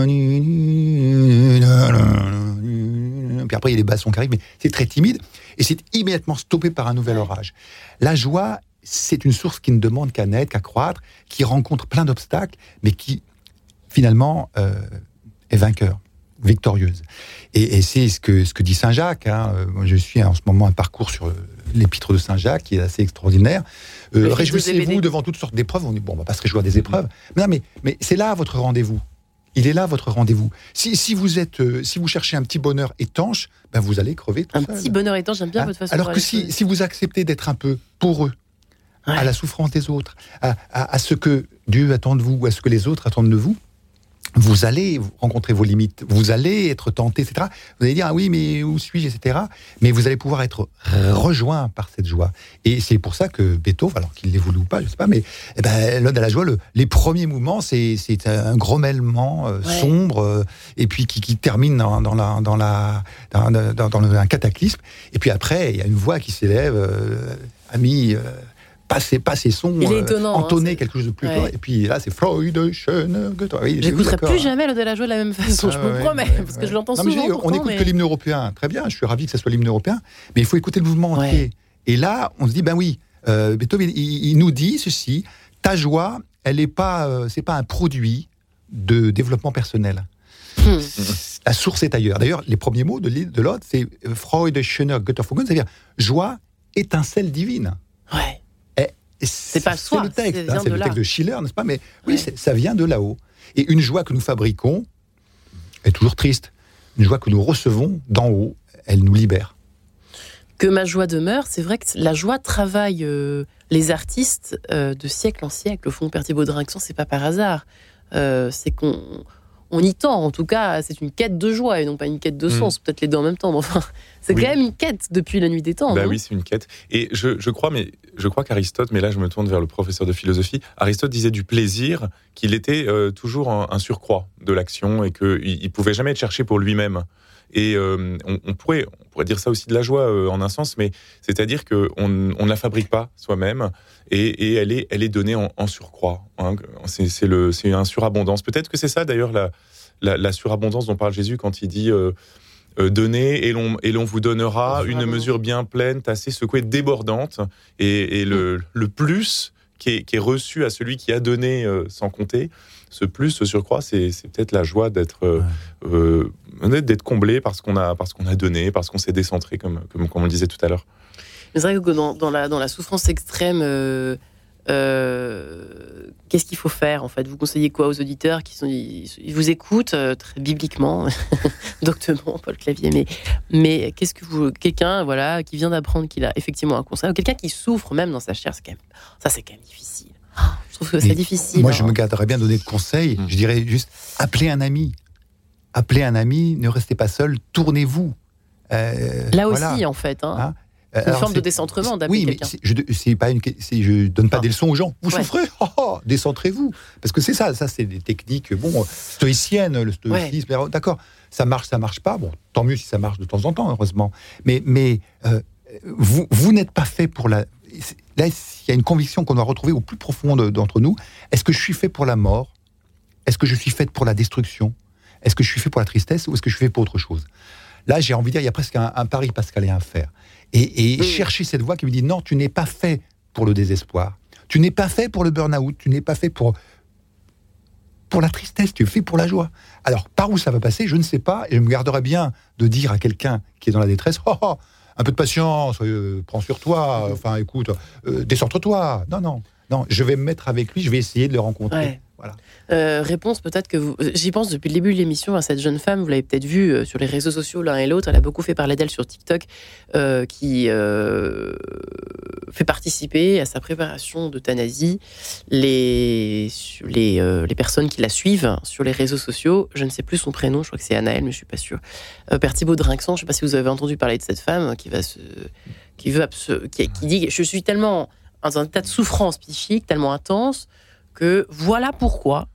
après, il y a les bassons qui arrivent, mais c'est très timide, et c'est immédiatement stoppé par un nouvel orage. La joie, c'est une source qui ne demande qu'à naître, qu'à croître, qui rencontre plein d'obstacles, mais qui, finalement, est victorieuse. Et c'est ce que dit Saint Jacques. Hein. Moi, je suis en ce moment un parcours sur l'épître de Saint Jacques, qui est assez extraordinaire. Réjouissez-vous devant toutes sortes d'épreuves. On dit, on va pas se réjouir des épreuves. Non, mais c'est là votre rendez-vous. Il est là votre rendez-vous. Si vous cherchez un petit bonheur étanche, vous allez crever tout seul. Un petit bonheur étanche, j'aime bien votre façon de voir. Alors que si vous acceptez d'être un peu poreux, à la souffrance des autres, à ce que Dieu attend de vous, ou à ce que les autres attendent de vous, vous allez rencontrer vos limites, vous allez être tenté, etc. Vous allez dire, ah oui, mais où suis-je, etc. Mais vous allez pouvoir être rejoint par cette joie. Et c'est pour ça que Beethoven, alors qu'il l'ait voulu ou pas, je ne sais pas, mais l'ode à la joie, les premiers mouvements, c'est un grommellement sombre, et puis qui termine dans un cataclysme. Et puis après, il y a une voix qui s'élève, pas ces sons, entonner quelque chose de plus fort. Et puis là, c'est Freud, Schön, Goethe. J'écouterai plus jamais l'ode à la joie de la même façon, je me promets, parce que je l'entends souvent. On écoute que l'hymne européen, très bien, je suis ravi que ça soit l'hymne européen, mais il faut écouter le mouvement entier. Et là, on se dit, Beethoven, il nous dit ceci, ta joie, c'est pas un produit de développement personnel. La source est ailleurs. D'ailleurs, les premiers mots de l'ode, c'est Freude, Schöner, Goethe, c'est-à-dire joie, étincelle divine. Ouais. C'est pas soi, c'est le texte, c'est le texte de Schiller, n'est-ce pas? Mais oui, ça vient de là-haut. Et une joie que nous fabriquons est toujours triste. Une joie que nous recevons d'en haut, elle nous libère. Que ma joie demeure, c'est vrai que la joie travaille les artistes de siècle en siècle. Au fond, Père Thibaut d'Orexan, c'est pas par hasard. C'est qu'on y tend, en tout cas, c'est une quête de joie et non pas une quête de sens, peut-être les deux en même temps, mais enfin, c'est quand même une quête depuis la nuit des temps. Oui, c'est une quête. Et je crois qu'Aristote, mais là je me tourne vers le professeur de philosophie, Aristote disait du plaisir qu'il était toujours un surcroît de l'action et qu'il ne pouvait jamais être cherché pour lui-même. Et on pourrait dire ça aussi de la joie en un sens, mais c'est-à-dire qu'on ne la fabrique pas soi-même et elle est donnée en surcroît. Hein. C'est une surabondance. Peut-être que c'est ça d'ailleurs la surabondance dont parle Jésus quand il dit donnez et l'on vous donnera une mesure bien pleine, tassée, secouée, débordante, et le plus qui est reçu à celui qui a donné sans compter. Ce plus, ce surcroît, c'est peut-être la joie d'être comblé par ce qu'on a donné, parce qu'on s'est décentré, comme on le disait tout à l'heure. Mais c'est vrai que dans la souffrance extrême, Qu'est-ce qu'il faut faire en fait ? Vous conseillez quoi aux auditeurs ils vous écoutent très bibliquement, doctement, Paul Clavier, mais qu'est-ce que quelqu'un qui vient d'apprendre qu'il a effectivement un cancer, ou quelqu'un qui souffre même dans sa chair, c'est quand même difficile. Je trouve que c'est difficile. Moi, je me garderais bien de donner de conseils. Je dirais juste appelez un ami. Appelez un ami, ne restez pas seul, tournez-vous. Là aussi, en fait. C'est une forme de décentrement d'appeler quelqu'un. Je donne pas des leçons aux gens. Vous souffrez, décentrez-vous. Parce que c'est ça c'est des techniques stoïciennes, le stoïcisme. Ouais. D'accord, ça marche pas. Bon, tant mieux si ça marche de temps en temps, heureusement. Mais vous n'êtes pas fait pour la... Là, il y a une conviction qu'on doit retrouver au plus profond d'entre nous. Est-ce que je suis fait pour la mort ? Est-ce que je suis fait pour la destruction ? Est-ce que je suis fait pour la tristesse ou est-ce que je suis fait pour autre chose ? Là, j'ai envie de dire, il y a presque un pari pascalien à faire. Et chercher cette voix qui me dit, non, tu n'es pas fait pour le désespoir. Tu n'es pas fait pour le burn-out. Tu n'es pas fait pour la tristesse. Tu es fait pour la joie. Alors, par où ça va passer, je ne sais pas. Et je me garderais bien de dire à quelqu'un qui est dans la détresse, un peu de patience, prends sur toi, enfin, écoute, décentre-toi. Non, je vais me mettre avec lui, je vais essayer de le rencontrer. Ouais. Voilà. Réponse peut-être que j'y pense depuis le début de l'émission à cette jeune femme, vous l'avez peut-être vue sur les réseaux sociaux l'un et l'autre, elle a beaucoup fait parler d'elle sur TikTok, qui fait participer à sa préparation d'euthanasie les personnes qui la suivent sur les réseaux sociaux. Je ne sais plus son prénom, je crois que c'est Anaëlle, mais je ne suis pas sûre. Père Thibaut Drinxan, je ne sais pas si vous avez entendu parler de cette femme qui dit « Je suis tellement dans un état de souffrance psychique, tellement intense, que voilà pourquoi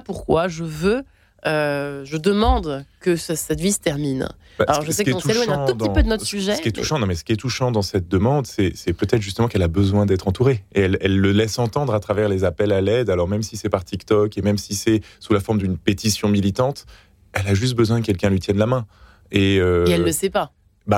je demande que cette vie se termine. » Alors je sais qu'on s'éloigne un tout petit peu de notre sujet. Ce qui est touchant dans cette demande, c'est peut-être justement qu'elle a besoin d'être entourée. Et elle le laisse entendre à travers les appels à l'aide. Alors même si c'est par TikTok et même si c'est sous la forme d'une pétition militante, elle a juste besoin que quelqu'un lui tienne la main. Et elle le sait pas.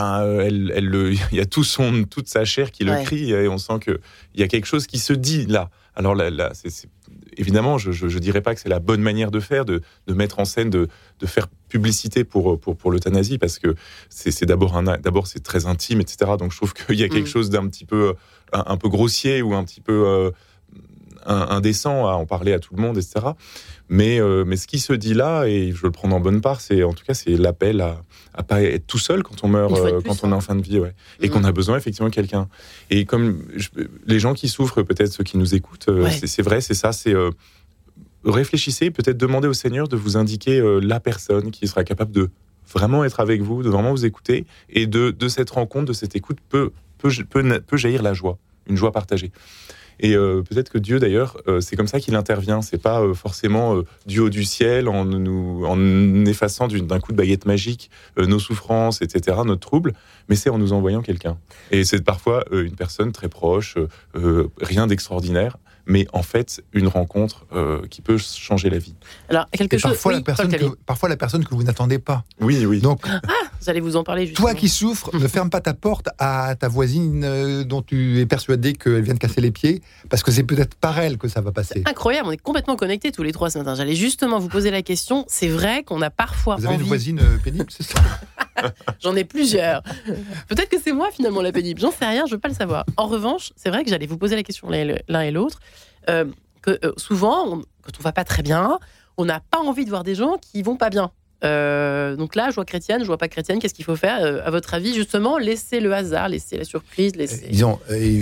Il y a toute sa chair qui le crie et on sent qu'il y a quelque chose qui se dit là. Alors là évidemment, je dirais pas que c'est la bonne manière de faire, de mettre en scène, de faire publicité pour l'euthanasie, parce que c'est d'abord c'est très intime, etc. Donc je trouve qu'il y a quelque chose d'un petit peu un peu grossier ou un petit peu indécent à en parler à tout le monde, etc. Mais ce qui se dit là, et je le prends en bonne part, c'est l'appel à pas être tout seul quand on meurt, quand on est en fin de vie, et qu'on a besoin effectivement de quelqu'un. Et comme les gens qui souffrent, peut-être ceux qui nous écoutent, c'est vrai, c'est ça, c'est réfléchissez, peut-être demandez au Seigneur de vous indiquer la personne qui sera capable de vraiment être avec vous, de vraiment vous écouter, et de cette rencontre, de cette écoute peut jaillir la joie, une joie partagée. Et peut-être que Dieu, d'ailleurs, c'est comme ça qu'il intervient. C'est pas forcément du haut du ciel, en effaçant d'un coup de baguette magique nos souffrances, etc., notre trouble, mais c'est en nous envoyant quelqu'un. Et c'est parfois une personne très proche, rien d'extraordinaire, mais en fait, une rencontre qui peut changer la vie. Alors, parfois la personne que vous n'attendez pas. Oui. Donc, j'allais vous en parler justement. Toi qui souffres, ne ferme pas ta porte à ta voisine dont tu es persuadé qu'elle vient de casser les pieds, parce que c'est peut-être par elle que ça va passer. C'est incroyable, on est complètement connectés tous les trois ce matin. J'allais justement vous poser la question. C'est vrai qu'on a parfois Vous avez une voisine pénible, c'est ça? J'en ai plusieurs. Peut-être que c'est moi finalement la pénible. J'en sais rien, je veux pas le savoir. En revanche, c'est vrai que j'allais vous poser la question l'un et l'autre. Souvent, quand on va pas très bien, on n'a pas envie de voir des gens qui vont pas bien. Donc là, joie chrétienne, joie pas chrétienne, qu'est-ce qu'il faut faire à votre avis? Justement, laisser le hasard, laisser la surprise, laisser... Disons,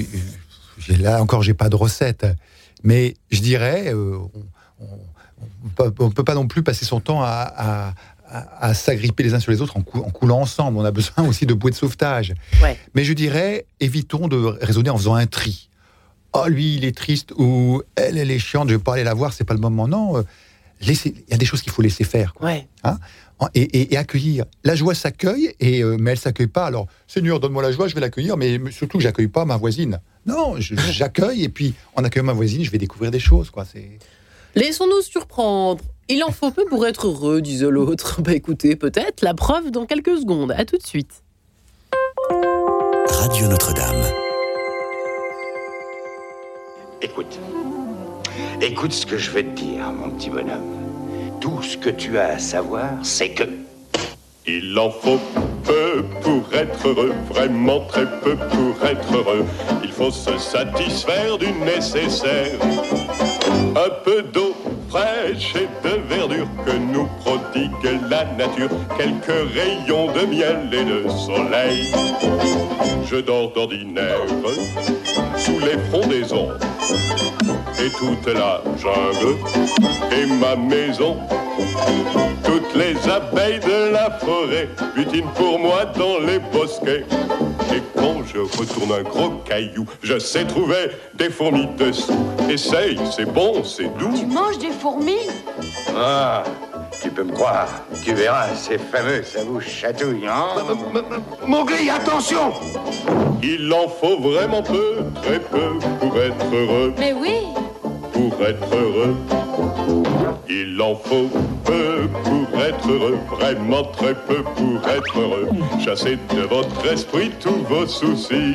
là encore, j'ai pas de recette, mais je dirais, on peut pas non plus passer son temps à s'agripper les uns sur les autres en coulant ensemble. On a besoin aussi de bouées de sauvetage. Ouais. Mais je dirais, évitons de raisonner en faisant un tri. Oh, lui, il est triste, ou elle est chiante, je vais pas aller la voir, c'est pas le moment. Non, il y a des choses qu'il faut laisser faire. Ouais. Hein, et accueillir. La joie s'accueille, mais elle s'accueille pas. Alors, Seigneur, donne-moi la joie, je vais l'accueillir, mais surtout que j'accueille pas ma voisine. Non, j'accueille, et puis en accueillant ma voisine, je vais découvrir des choses, quoi. Laissons-nous surprendre. Il en faut peu pour être heureux, disait l'autre. Écoutez, peut-être la preuve dans quelques secondes. À tout de suite. Radio Notre-Dame. Écoute ce que je vais te dire, mon petit bonhomme. Tout ce que tu as à savoir, c'est que... Il en faut peu pour être heureux, vraiment très peu pour être heureux. Il faut se satisfaire du nécessaire. Un peu d'eau fraîche et de verdure que nous prodigue la nature. Quelques rayons de miel et de soleil. Je dors d'ordinaire sous les frondaisons. Et toute la jungle et ma maison. Toutes les abeilles de la forêt butinent pour moi dans les bosquets. Et quand je retourne un gros caillou, je sais trouver des fourmis dessous. Essaye, c'est bon, c'est doux. Tu manges des fourmis? Ah, tu peux me croire. Tu verras, c'est fameux, ça vous chatouille, hein? Mowgli, attention! Il en faut vraiment peu, très peu, pour être heureux. Mais oui! Pour être heureux. Il en faut peu pour être heureux, vraiment très peu pour être heureux. Chassez de votre esprit tous vos soucis.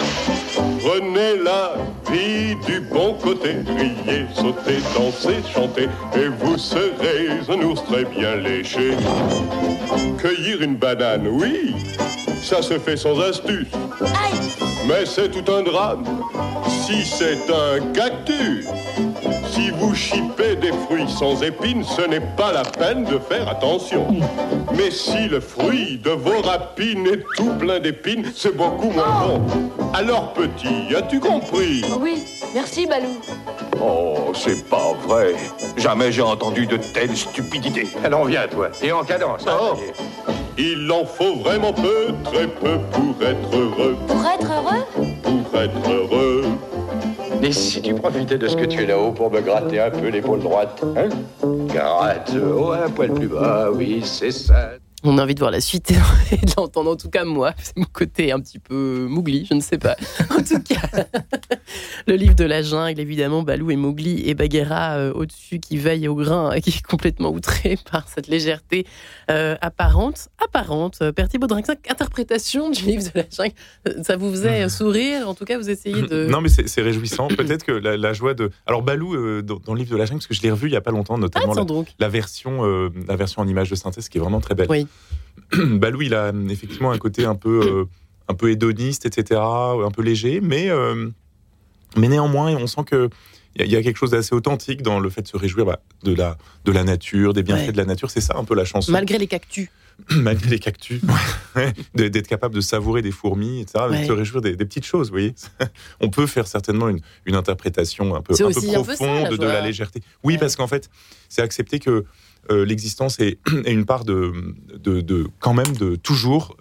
Prenez la vie du bon côté, riez, sautez, dansez, chantez, et vous serez un ours très bien léché. Cueillir une banane, oui, ça se fait sans astuce. Mais c'est tout un drame si c'est un cactus. Si vous chipez des fruits sans épines, ce n'est pas la peine de faire attention. Mais si le fruit de vos rapines est tout plein d'épines, c'est beaucoup moins bon. Alors petit, as-tu compris? Oui, merci Balou. Oh, c'est pas vrai. Jamais j'ai entendu de telles stupidités. Alors viens, toi, et en cadence. Oh. Il en faut vraiment peu, très peu pour être heureux. Pour être heureux? Pour être heureux. Et si tu profitais de ce que tu es là-haut pour me gratter un peu l'épaule droite, hein? Gratte, oh, un poil plus bas, oui, c'est ça. On a envie de voir la suite et de l'entendre, en tout cas moi, c'est mon côté un petit peu Mowgli, je ne sais pas. En tout cas, le livre de la jungle, évidemment, Balou et Mowgli et Bagheera au-dessus qui veille au grain et qui est complètement outré par cette légèreté apparente. Bertie Baudrinck, interprétation du livre de la jungle, ça vous faisait sourire? En tout cas, vous essayez de... Non, mais c'est réjouissant. Peut-être que la joie de... Alors Balou, dans le livre de la jungle, parce que je l'ai revu il n'y a pas longtemps, notamment la version en image de synthèse qui est vraiment très belle. Oui. Balou, il a effectivement un côté un peu hédoniste, etc., un peu léger, mais néanmoins, on sent que il y a quelque chose d'assez authentique dans le fait de se réjouir de la nature, des bienfaits de la nature. C'est ça un peu la chanson. Malgré les cactus. Malgré les cactus, d'être capable de savourer des fourmis, etc., de se réjouir des petites choses, vous voyez. On peut faire certainement une interprétation un peu profonde de la légèreté. Oui, parce qu'en fait, c'est accepter que l'existence est une part quand même de toujours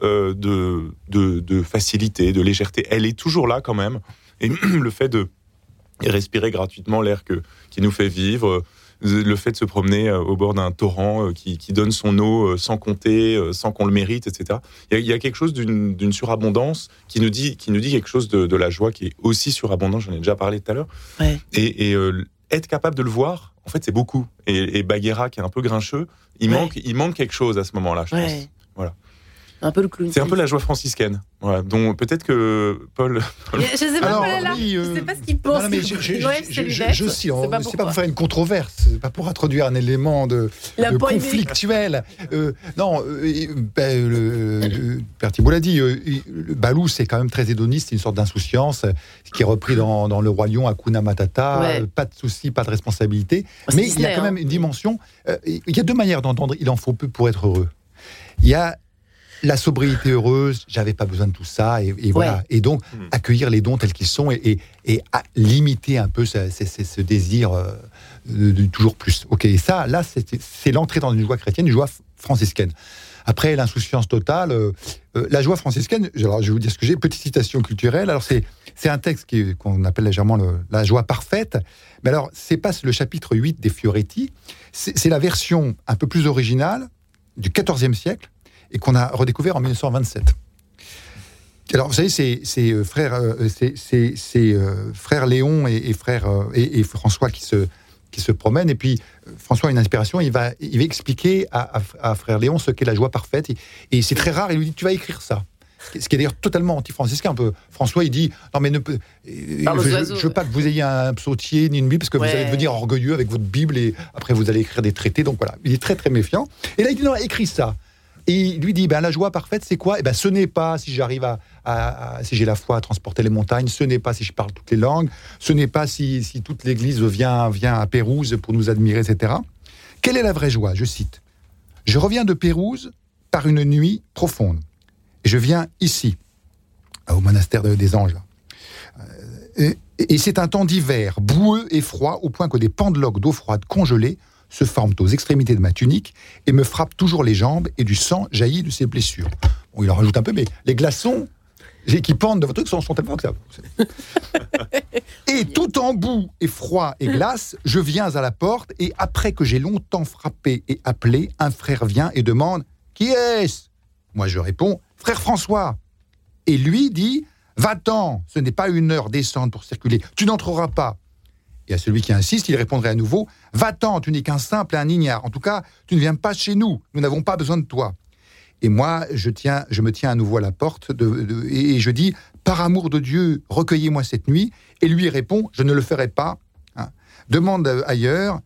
de facilité, de légèreté. Elle est toujours là quand même. Et le fait de respirer gratuitement l'air qui nous fait vivre, le fait de se promener au bord d'un torrent qui donne son eau sans compter, sans qu'on le mérite, etc. Il y a quelque chose d'une surabondance qui nous dit quelque chose de la joie qui est aussi surabondante. J'en ai déjà parlé tout à l'heure. Ouais. Et être capable de le voir, en fait, c'est beaucoup. Et Bagheera, qui est un peu grincheux, il manque quelque chose à ce moment-là, je pense. Voilà. Un peu le clown. C'est un peu la joie franciscaine. Voilà. Donc peut-être que Paul... Je sais pas, Paul est là. Je sais pas ce qu'il pense. Non, mais c'est pas pour faire une controverse, c'est pas pour introduire un élément de conflictuel. Berthibaud l'a dit, Balou, c'est quand même très hédoniste, c'est une sorte d'insouciance qui est repris dans Le Roi Lion, Hakuna Matata, pas de soucis, pas de responsabilité. Mais il y a quand même une dimension. Il y a deux manières d'entendre il en faut peu pour être heureux. Il y a la sobriété heureuse, j'avais pas besoin de tout ça, et voilà. Et donc, accueillir les dons tels qu'ils sont et limiter un peu ce désir de toujours plus. Ok, et ça, là, c'est l'entrée dans une joie chrétienne, une joie franciscaine. Après, l'insouciance totale, la joie franciscaine, alors, je vais vous dire ce que j'ai, petite citation culturelle. Alors, c'est un texte qu'on appelle légèrement la joie parfaite. Mais alors, c'est pas le chapitre 8 des Fioretti, c'est la version un peu plus originale du XIVe siècle, et qu'on a redécouvert en 1927. Alors, vous savez, c'est frère Léon et François qui se promènent, et puis François a une inspiration, il va expliquer à frère Léon ce qu'est la joie parfaite, et c'est très rare, il lui dit, tu vas écrire ça. Ce qui est d'ailleurs totalement anti-franciscain. Un peu. François, il dit, non mais je veux pas que vous ayez un psautier ni une Bible, parce que vous allez devenir orgueilleux avec votre Bible, et après vous allez écrire des traités, donc voilà. Il est très très méfiant. Et là, il dit, non, écris ça. Et il lui dit, la joie parfaite, c'est quoi ? Ce n'est pas si j'arrive si j'ai la foi à transporter les montagnes, ce n'est pas si je parle toutes les langues, ce n'est pas si toute l'Église vient à Pérouse pour nous admirer, etc. Quelle est la vraie joie ? Je cite. « Je reviens de Pérouse par une nuit profonde. Et je viens ici, au monastère des Anges. Et c'est un temps d'hiver, boueux et froid, au point que des pendeloques d'eau froide congelée se forment aux extrémités de ma tunique et me frappent toujours les jambes et du sang jaillit de ces blessures. » Bon, il en rajoute un peu, mais les glaçons qui pendent de votre truc sont tellement que ça. Et tout en boue et froid et glace, je viens à la porte et après que j'ai longtemps frappé et appelé, un frère vient et demande « Qui est-ce » Moi je réponds « Frère François ». Et lui dit « Va-t'en, ce n'est pas une heure décente pour circuler, tu n'entreras pas ». Et à celui qui insiste, il répondrait à nouveau « Va-t'en, tu n'es qu'un simple et un ignare. En tout cas, tu ne viens pas chez nous. Nous n'avons pas besoin de toi. » Et moi, je me tiens à nouveau à la porte et je dis « Par amour de Dieu, recueillez-moi cette nuit. » Et lui répond « Je ne le ferai pas. Demande ailleurs.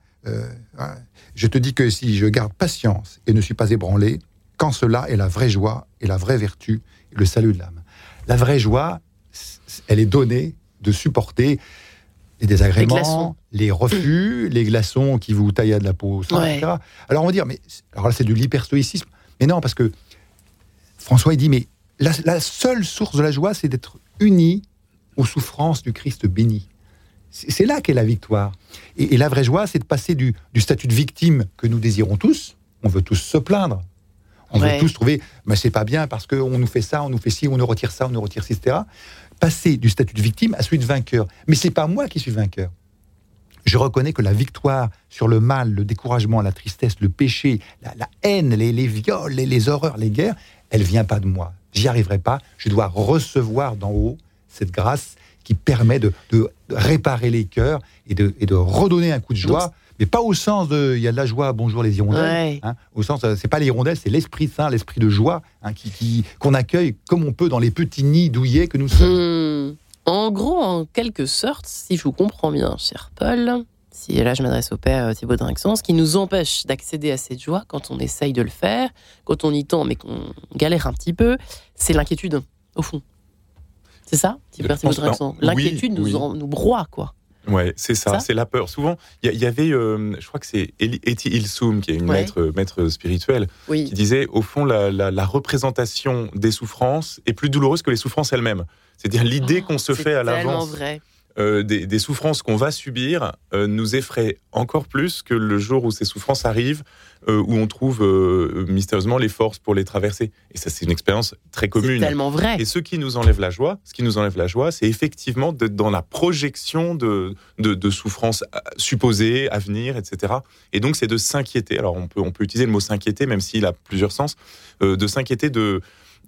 Je te dis que si je garde patience et ne suis pas ébranlé, quand cela est la vraie joie et la vraie vertu et le salut de l'âme. » La vraie joie, elle est donnée de supporter les désagréments, les refus, les glaçons qui vous taillent de la peau, etc. Alors on va dire, alors là c'est de l'hyperstoïcisme, mais non, parce que François il dit, mais la seule source de la joie, c'est d'être uni aux souffrances du Christ béni. C'est là qu'est la victoire. Et la vraie joie, c'est de passer du statut de victime que nous désirons tous, on veut tous se plaindre, on veut tous trouver, c'est pas bien parce qu'on nous fait ça, on nous fait ci, on nous retire ça, on nous retire ci, etc. Passer du statut de victime à celui de vainqueur. Mais c'est pas moi qui suis vainqueur. Je reconnais que la victoire sur le mal, le découragement, la tristesse, le péché, la haine, les viols, les horreurs, les guerres, elle vient pas de moi. J'y arriverai pas. Je dois recevoir d'en haut cette grâce qui permet de réparer les cœurs et de redonner un coup de joie. Mais pas au sens de, il y a de la joie, bonjour les hirondelles. Au sens, c'est pas les hirondelles, c'est l'Esprit Saint, l'esprit de joie, qu'on accueille comme on peut dans les petits nids douillets que nous sommes. En gros, en quelque sorte, si je vous comprends bien, cher Paul, si là je m'adresse au père Thibaut Drinxon, ce qui nous empêche d'accéder à cette joie quand on essaye de le faire, quand on y tend mais qu'on galère un petit peu, c'est l'inquiétude, au fond. C'est ça, père Thibaut Drinxon ? L'inquiétude nous broie, quoi. Ouais, c'est ça, c'est la peur. Souvent, il y avait, je crois que c'est Etty Hillesum, qui est une maître spirituelle, qui disait, au fond, la représentation des souffrances est plus douloureuse que les souffrances elles-mêmes. C'est-à-dire l'idée qu'on se fait à l'avance des souffrances qu'on va subir nous effraie encore plus que le jour où ces souffrances arrivent, où on trouve mystérieusement les forces pour les traverser. Et ça, c'est une expérience très commune. C'est tellement vrai. Et ce qui nous enlève la joie, c'est effectivement d'être dans la projection de souffrances supposées, à venir, etc. Et donc, c'est de s'inquiéter. Alors, on peut utiliser le mot s'inquiéter, même s'il a plusieurs sens, de s'inquiéter de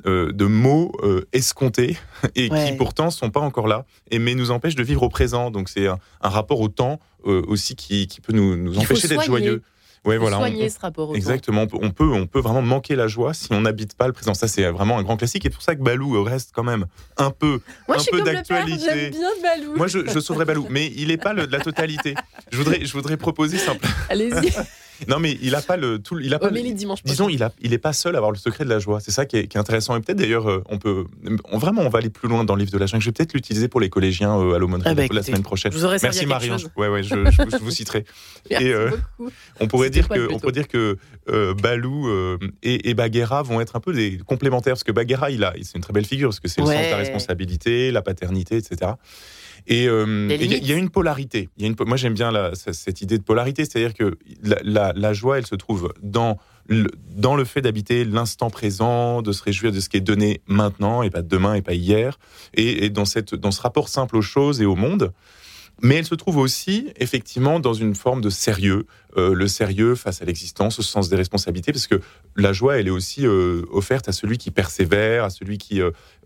mots escomptés et qui pourtant sont pas encore là, mais nous empêchent de vivre au présent. Donc c'est un rapport au temps aussi qui peut nous empêcher d'être joyeux. Ouais, voilà. Soigner ce rapport au temps. Exactement. On peut vraiment manquer la joie si on n'habite pas le présent. Ça, c'est vraiment un grand classique. Et c'est pour ça que Balou reste quand même un peu d'actualité. J'aime bien Balou. Moi, je sauverais Balou, mais il n'est pas de la totalité. Je voudrais proposer simplement. Allez-y. Non, mais il n'a pas disons, il n'est pas seul à avoir le secret de la joie. C'est ça qui est intéressant. Et peut-être d'ailleurs, on va aller plus loin dans le livre de la jungle. Je vais peut-être l'utiliser pour les collégiens à l'aumônerie la semaine prochaine. Merci Marion. Je vous citerai. Merci beaucoup. On pourrait dire que Balou et Bagheera vont être un peu des complémentaires, parce que Bagheera, c'est une très belle figure, parce que c'est le sens de la responsabilité, la paternité, etc. Et il y a une polarité. Moi, j'aime bien cette idée de polarité, c'est-à-dire que la joie, elle se trouve dans le fait d'habiter l'instant présent, de se réjouir de ce qui est donné maintenant, et pas demain, et pas hier, et dans ce rapport simple aux choses et au monde. Mais elle se trouve aussi, effectivement, dans une forme de sérieux, le sérieux face à l'existence, au sens des responsabilités, parce que la joie, elle est aussi offerte à celui qui persévère, à celui qui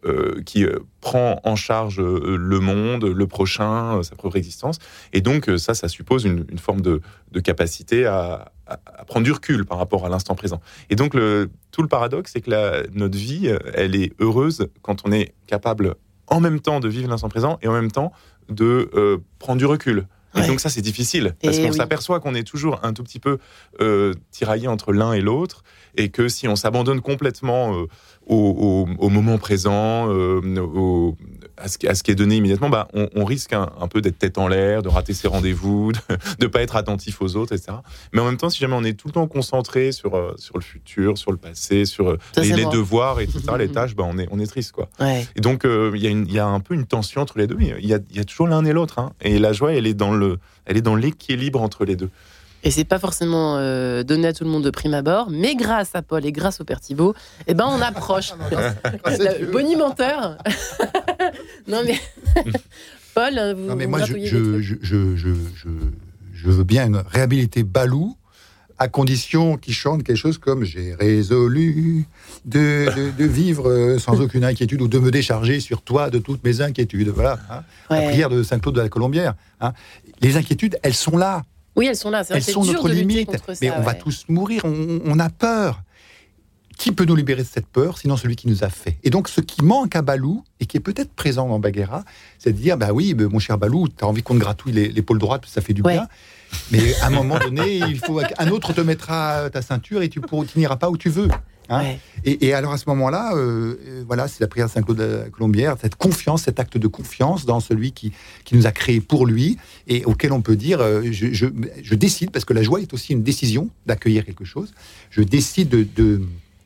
prend en charge le monde, le prochain, sa propre existence. Et donc, ça suppose une forme de capacité à prendre du recul par rapport à l'instant présent. Et donc, tout le paradoxe, c'est que notre vie, elle est heureuse quand on est capable en même temps de vivre l'instant présent et en même temps de prendre du recul Et donc ça, c'est difficile, parce qu'on s'aperçoit qu'on est toujours un tout petit peu tiraillé entre l'un et l'autre, et que si on s'abandonne complètement au moment présent, à ce qui est donné immédiatement, on risque un peu d'être tête en l'air, de rater ses rendez-vous, de ne pas être attentif aux autres, etc. Mais en même temps, si jamais on est tout le temps concentré sur le futur, sur le passé, sur les devoirs, etc., les tâches, on est triste, quoi. Ouais. Et donc, il y a un peu une tension entre les deux. Il y a toujours l'un et l'autre, hein. Et la joie, elle est dans l'équilibre entre les deux. Et c'est pas forcément donné à tout le monde de prime abord, mais grâce à Paul et grâce au Père Thibaut, on approche. Bonimenteur. Non mais Paul, vous. Non mais moi je veux bien réhabiliter Balou, à condition qu'il chante quelque chose comme j'ai résolu de vivre sans aucune inquiétude ou de me décharger sur toi de toutes mes inquiétudes. Voilà. Hein. La prière de Saint-Claude de la Colombière. Hein. Les inquiétudes, elles sont là. Oui, elles sont là. Elles sont notre limite. Mais on va tous mourir. On a peur. Qui peut nous libérer de cette peur, sinon celui qui nous a fait? Et donc, ce qui manque à Balou, et qui est peut-être présent dans Bagheera, c'est de dire, mon cher Balou, t'as envie qu'on te gratouille l'épaule droite, ça fait du bien. Mais à un moment donné, il faut un autre te mettra ta ceinture et tu n'iras pas où tu veux. Hein. Ouais. Et alors à ce moment-là, c'est la prière de Saint-Claude de la Colombière, cette confiance, cet acte de confiance dans celui qui nous a créés pour lui et auquel on peut dire je décide, parce que la joie est aussi une décision d'accueillir quelque chose, je décide de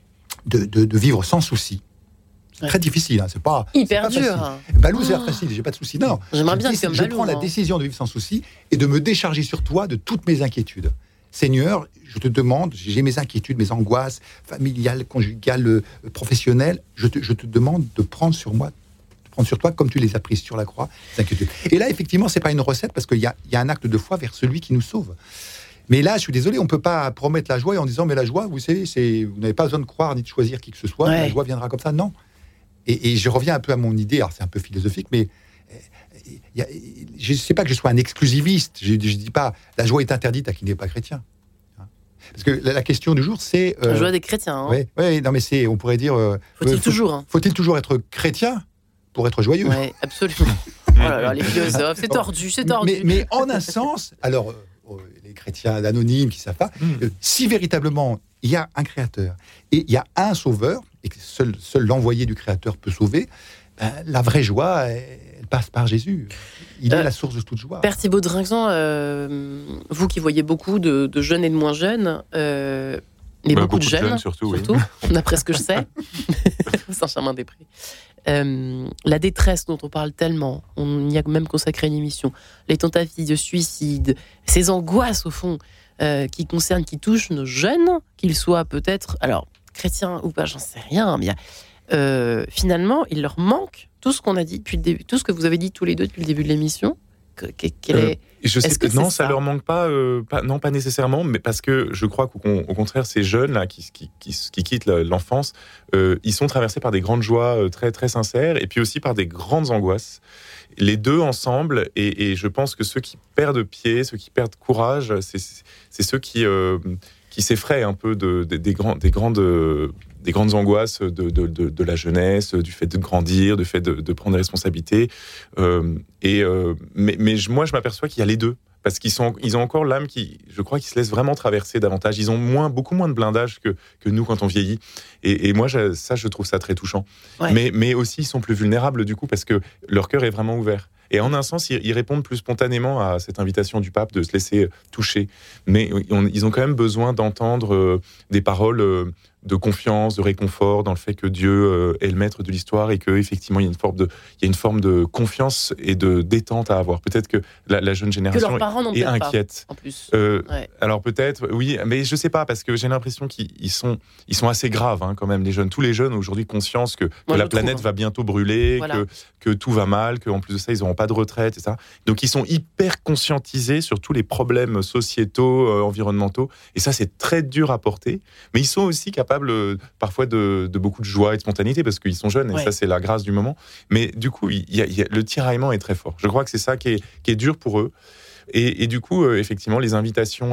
vivre sans souci. C'est très difficile, hein. C'est pas hyper dur. Balou, c'est facile, j'ai pas de souci. Non, j'aimerais bien comme je prends la décision de vivre sans souci et de me décharger sur toi de toutes mes inquiétudes. Seigneur, je te demande, j'ai mes inquiétudes, mes angoisses familiales, conjugales, professionnelles. Je te demande de prendre sur toi comme tu les as prises sur la croix, les inquiétudes. Et là, effectivement, c'est pas une recette parce qu'il y a un acte de foi vers celui qui nous sauve. Mais là, je suis désolé, on ne peut pas promettre la joie en disant mais la joie, vous savez, vous n'avez pas besoin de croire ni de choisir qui que ce soit, la joie viendra comme ça. Non. Et je reviens un peu à mon idée, alors c'est un peu philosophique, mais je ne sais pas que je sois un exclusiviste. Je ne dis pas la joie est interdite à qui n'est pas chrétien. Parce que la question du jour, c'est... la joie des chrétiens. Oui, non mais on pourrait dire... Faut-il toujours être chrétien pour être joyeux? Oui, absolument. Oh là là, les philosophes, c'est tordu. Mais en un sens, alors... les chrétiens anonymes qui savent pas, si véritablement il y a un créateur et il y a un sauveur et que seul l'envoyé du créateur peut sauver, la vraie joie elle passe par Jésus. Il est la source de toute joie. Père Thibaut de Rinxan, vous qui voyez beaucoup de jeunes et de moins jeunes, mais beaucoup de jeunes surtout. Oui. D'après ce que je sais, Saint-Germain-des-Prés. La détresse dont on parle tellement, on y a même consacré une émission, les tentatives de suicide, ces angoisses au fond qui touchent nos jeunes, qu'ils soient peut-être, alors chrétiens ou pas, j'en sais rien, mais finalement il leur manque tout ce qu'on a dit depuis le début, tout ce que vous avez dit tous les deux depuis le début de l'émission. Je sais que non, ça leur manque pas, non, pas nécessairement, mais parce que je crois qu'au contraire, ces jeunes-là qui quittent l'enfance, ils sont traversés par des grandes joies très, très sincères et puis aussi par des grandes angoisses. Les deux ensemble, et je pense que ceux qui perdent pied, ceux qui perdent courage, c'est ceux qui s'effraient un peu des grandes angoisses de la jeunesse, du fait de grandir, du fait de prendre des responsabilités. Mais moi, je m'aperçois qu'il y a les deux. Parce qu'ils ont encore l'âme je crois, qui se laisse vraiment traverser davantage. Ils ont beaucoup moins de blindage que nous quand on vieillit. Et moi, je trouve ça très touchant. Ouais. Mais aussi, ils sont plus vulnérables du coup, parce que leur cœur est vraiment ouvert. Et en un sens, ils répondent plus spontanément à cette invitation du pape de se laisser toucher. Mais ils ont quand même besoin d'entendre des paroles de confiance, de réconfort dans le fait que Dieu est le maître de l'histoire et qu'effectivement, il y a une forme de confiance et de détente à avoir. Peut-être que la jeune génération est inquiète. Pas, en plus. Alors peut-être, oui, mais je ne sais pas, parce que j'ai l'impression qu'ils sont assez graves quand même, les jeunes. Tous les jeunes aujourd'hui conscients que la planète va bientôt brûler, voilà. que tout va mal, qu'en plus de ça, ils n'auront pas de retraite, etc. Donc ils sont hyper conscientisés sur tous les problèmes sociétaux, environnementaux. Et ça, c'est très dur à porter. Mais ils sont aussi capables parfois de beaucoup de joie et de spontanéité parce qu'ils sont jeunes et ça c'est la grâce du moment, mais du coup le tiraillement est très fort. Je crois que c'est ça qui est dur pour eux. Et du coup, effectivement, les invitations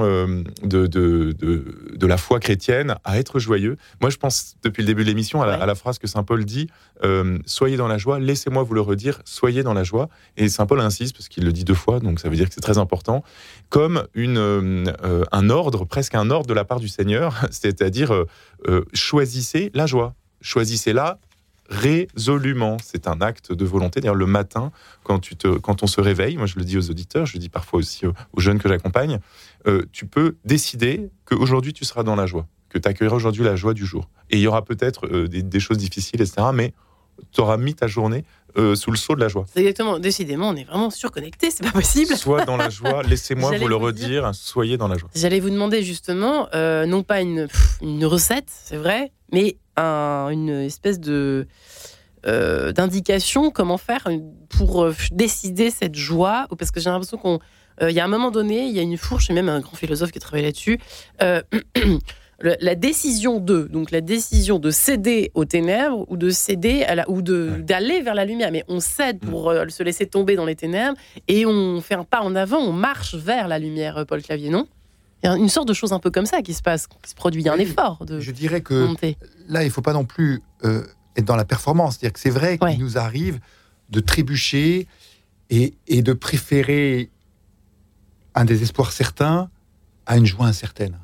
de la foi chrétienne à être joyeux. Moi, je pense, depuis le début de l'émission, à la phrase que Saint Paul dit, soyez dans la joie, laissez-moi vous le redire, soyez dans la joie. Et Saint Paul insiste, parce qu'il le dit 2 fois, donc ça veut dire que c'est très important, comme un ordre, presque un ordre de la part du Seigneur, c'est-à-dire choisissez la joie, choisissez-la résolument. C'est un acte de volonté. D'ailleurs, le matin, quand on se réveille, moi je le dis aux auditeurs, je le dis parfois aussi aux jeunes que j'accompagne, tu peux décider qu'aujourd'hui tu seras dans la joie, que tu accueilleras aujourd'hui la joie du jour. Et il y aura peut-être des choses difficiles, etc., mais tu auras mis ta journée sous le sceau de la joie. C'est exactement, décidément, on est vraiment surconnectés, c'est pas possible. Sois dans la joie, laissez-moi vous le redire, soyez dans la joie. J'allais vous demander justement, non pas une recette, c'est vrai, mais une espèce d'indication, comment faire pour décider cette joie, parce que j'ai l'impression il y a un moment donné, il y a une fourche, et même un grand philosophe qui a travaillé là-dessus, la décision de céder aux ténèbres ou de céder d'aller vers la lumière, mais on cède pour se laisser tomber dans les ténèbres et on fait un pas en avant, on marche vers la lumière, Paul Clavier, non ? Il y a une sorte de chose un peu comme ça qui se passe, qui se produit. Il y a un effort de Je dirais que monter. Là, il ne faut pas non plus être dans la performance. C'est-à-dire que c'est vrai qu'il nous arrive de trébucher et de préférer un désespoir certain à une joie incertaine.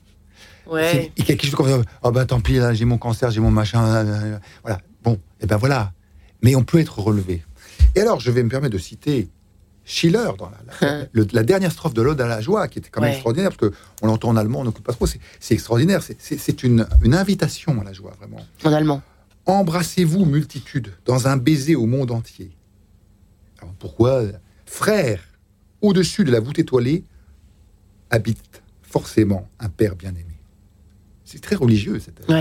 Ouais. Et quelque chose comme ça, tant pis, là, j'ai mon cancer, j'ai mon machin. Voilà. Bon, et ben voilà. Mais on peut être relevé. Et alors, je vais me permettre de citer Schiller dans la dernière strophe de l'Ode à la joie, qui était quand même extraordinaire, parce qu'on l'entend en allemand, on n'écoute pas trop, c'est extraordinaire, c'est une invitation à la joie, vraiment. En allemand. Embrassez-vous, multitude, dans un baiser au monde entier. Alors pourquoi ? Frères, au-dessus de la voûte étoilée, habite forcément un père bien-aimé. C'est très religieux.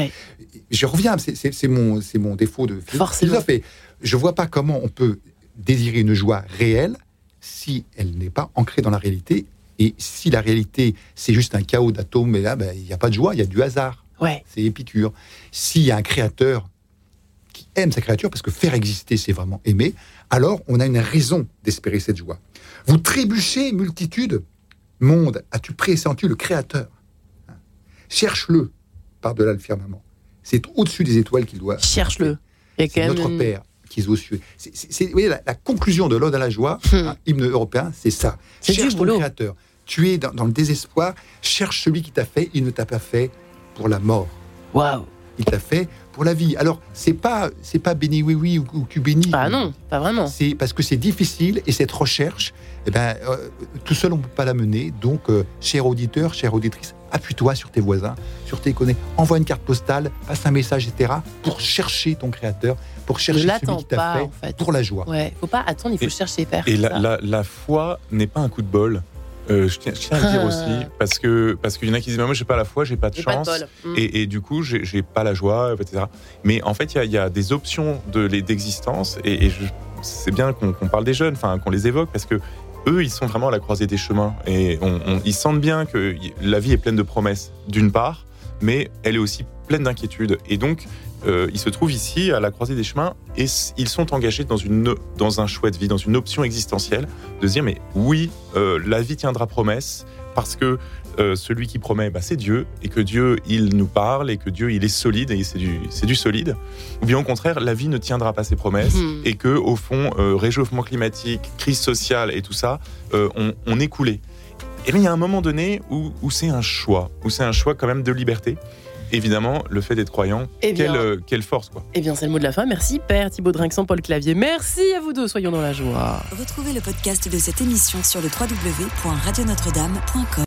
Je reviens, c'est mon défaut de philosophe, et je ne vois pas comment on peut désirer une joie réelle si elle n'est pas ancrée dans la réalité. Et si la réalité, c'est juste un chaos d'atomes, et là, il n'y a pas de joie, il y a du hasard. C'est Épicure. S'il y a un créateur qui aime sa créature, parce que faire exister, c'est vraiment aimer, alors on a une raison d'espérer cette joie. Vous trébuchez, multitude, monde, as-tu pressenti le créateur ? Cherche-le par-delà le firmament. C'est au-dessus des étoiles qu'il doit... Cherche-le. C'est notre Père qui est aux cieux. Vous voyez, la conclusion de l'Ode à la joie, hymne européen, c'est ça. Cherche ton créateur. Tu es dans le désespoir, cherche celui qui t'a fait, il ne t'a pas fait pour la mort. Waouh. Il t'a fait pour la vie. Alors, c'est pas béni oui ou tu bénis. Ah non, pas vraiment. C'est parce que c'est difficile, et cette recherche, tout seul on ne peut pas la mener. Donc, cher auditeur, chère auditrice, appuie-toi sur tes voisins, sur tes connaissances, envoie une carte postale, passe un message, etc., pour chercher ton créateur, pour chercher celui qui t'a fait pour la joie. Ouais, faut pas attendre, il faut chercher père. Et la foi n'est pas un coup de bol. Je tiens à le dire aussi, parce qu'il y en a qui disent moi j'ai pas la foi, j'ai pas de chance, et du coup j'ai pas la joie, etc. Mais en fait il y a des options d'existence, et c'est bien qu'on parle des jeunes, qu'on les évoque, parce que eux ils sont vraiment à la croisée des chemins, et ils sentent bien que la vie est pleine de promesses d'une part, mais elle est aussi pleine d'inquiétudes, et donc ils se trouvent ici à la croisée des chemins, et ils sont engagés dans un choix de vie, dans une option existentielle, de se dire mais oui, la vie tiendra promesse, parce que celui qui promet, c'est Dieu, et que Dieu il nous parle, et que Dieu il est solide, et c'est du solide. Ou bien au contraire, la vie ne tiendra pas ses promesses, et que au fond, réchauffement climatique, crise sociale et tout ça, on est coulé. Et bien il y a un moment donné où c'est un choix quand même de liberté. Évidemment, le fait d'être croyant, quelle force, quoi. Eh bien, c'est le mot de la fin. Merci, Père Thibaut Drinxan, Paul Clavier. Merci à vous deux. Soyons dans la joie. Retrouvez le podcast de cette émission sur le www.radionotre-dame.com.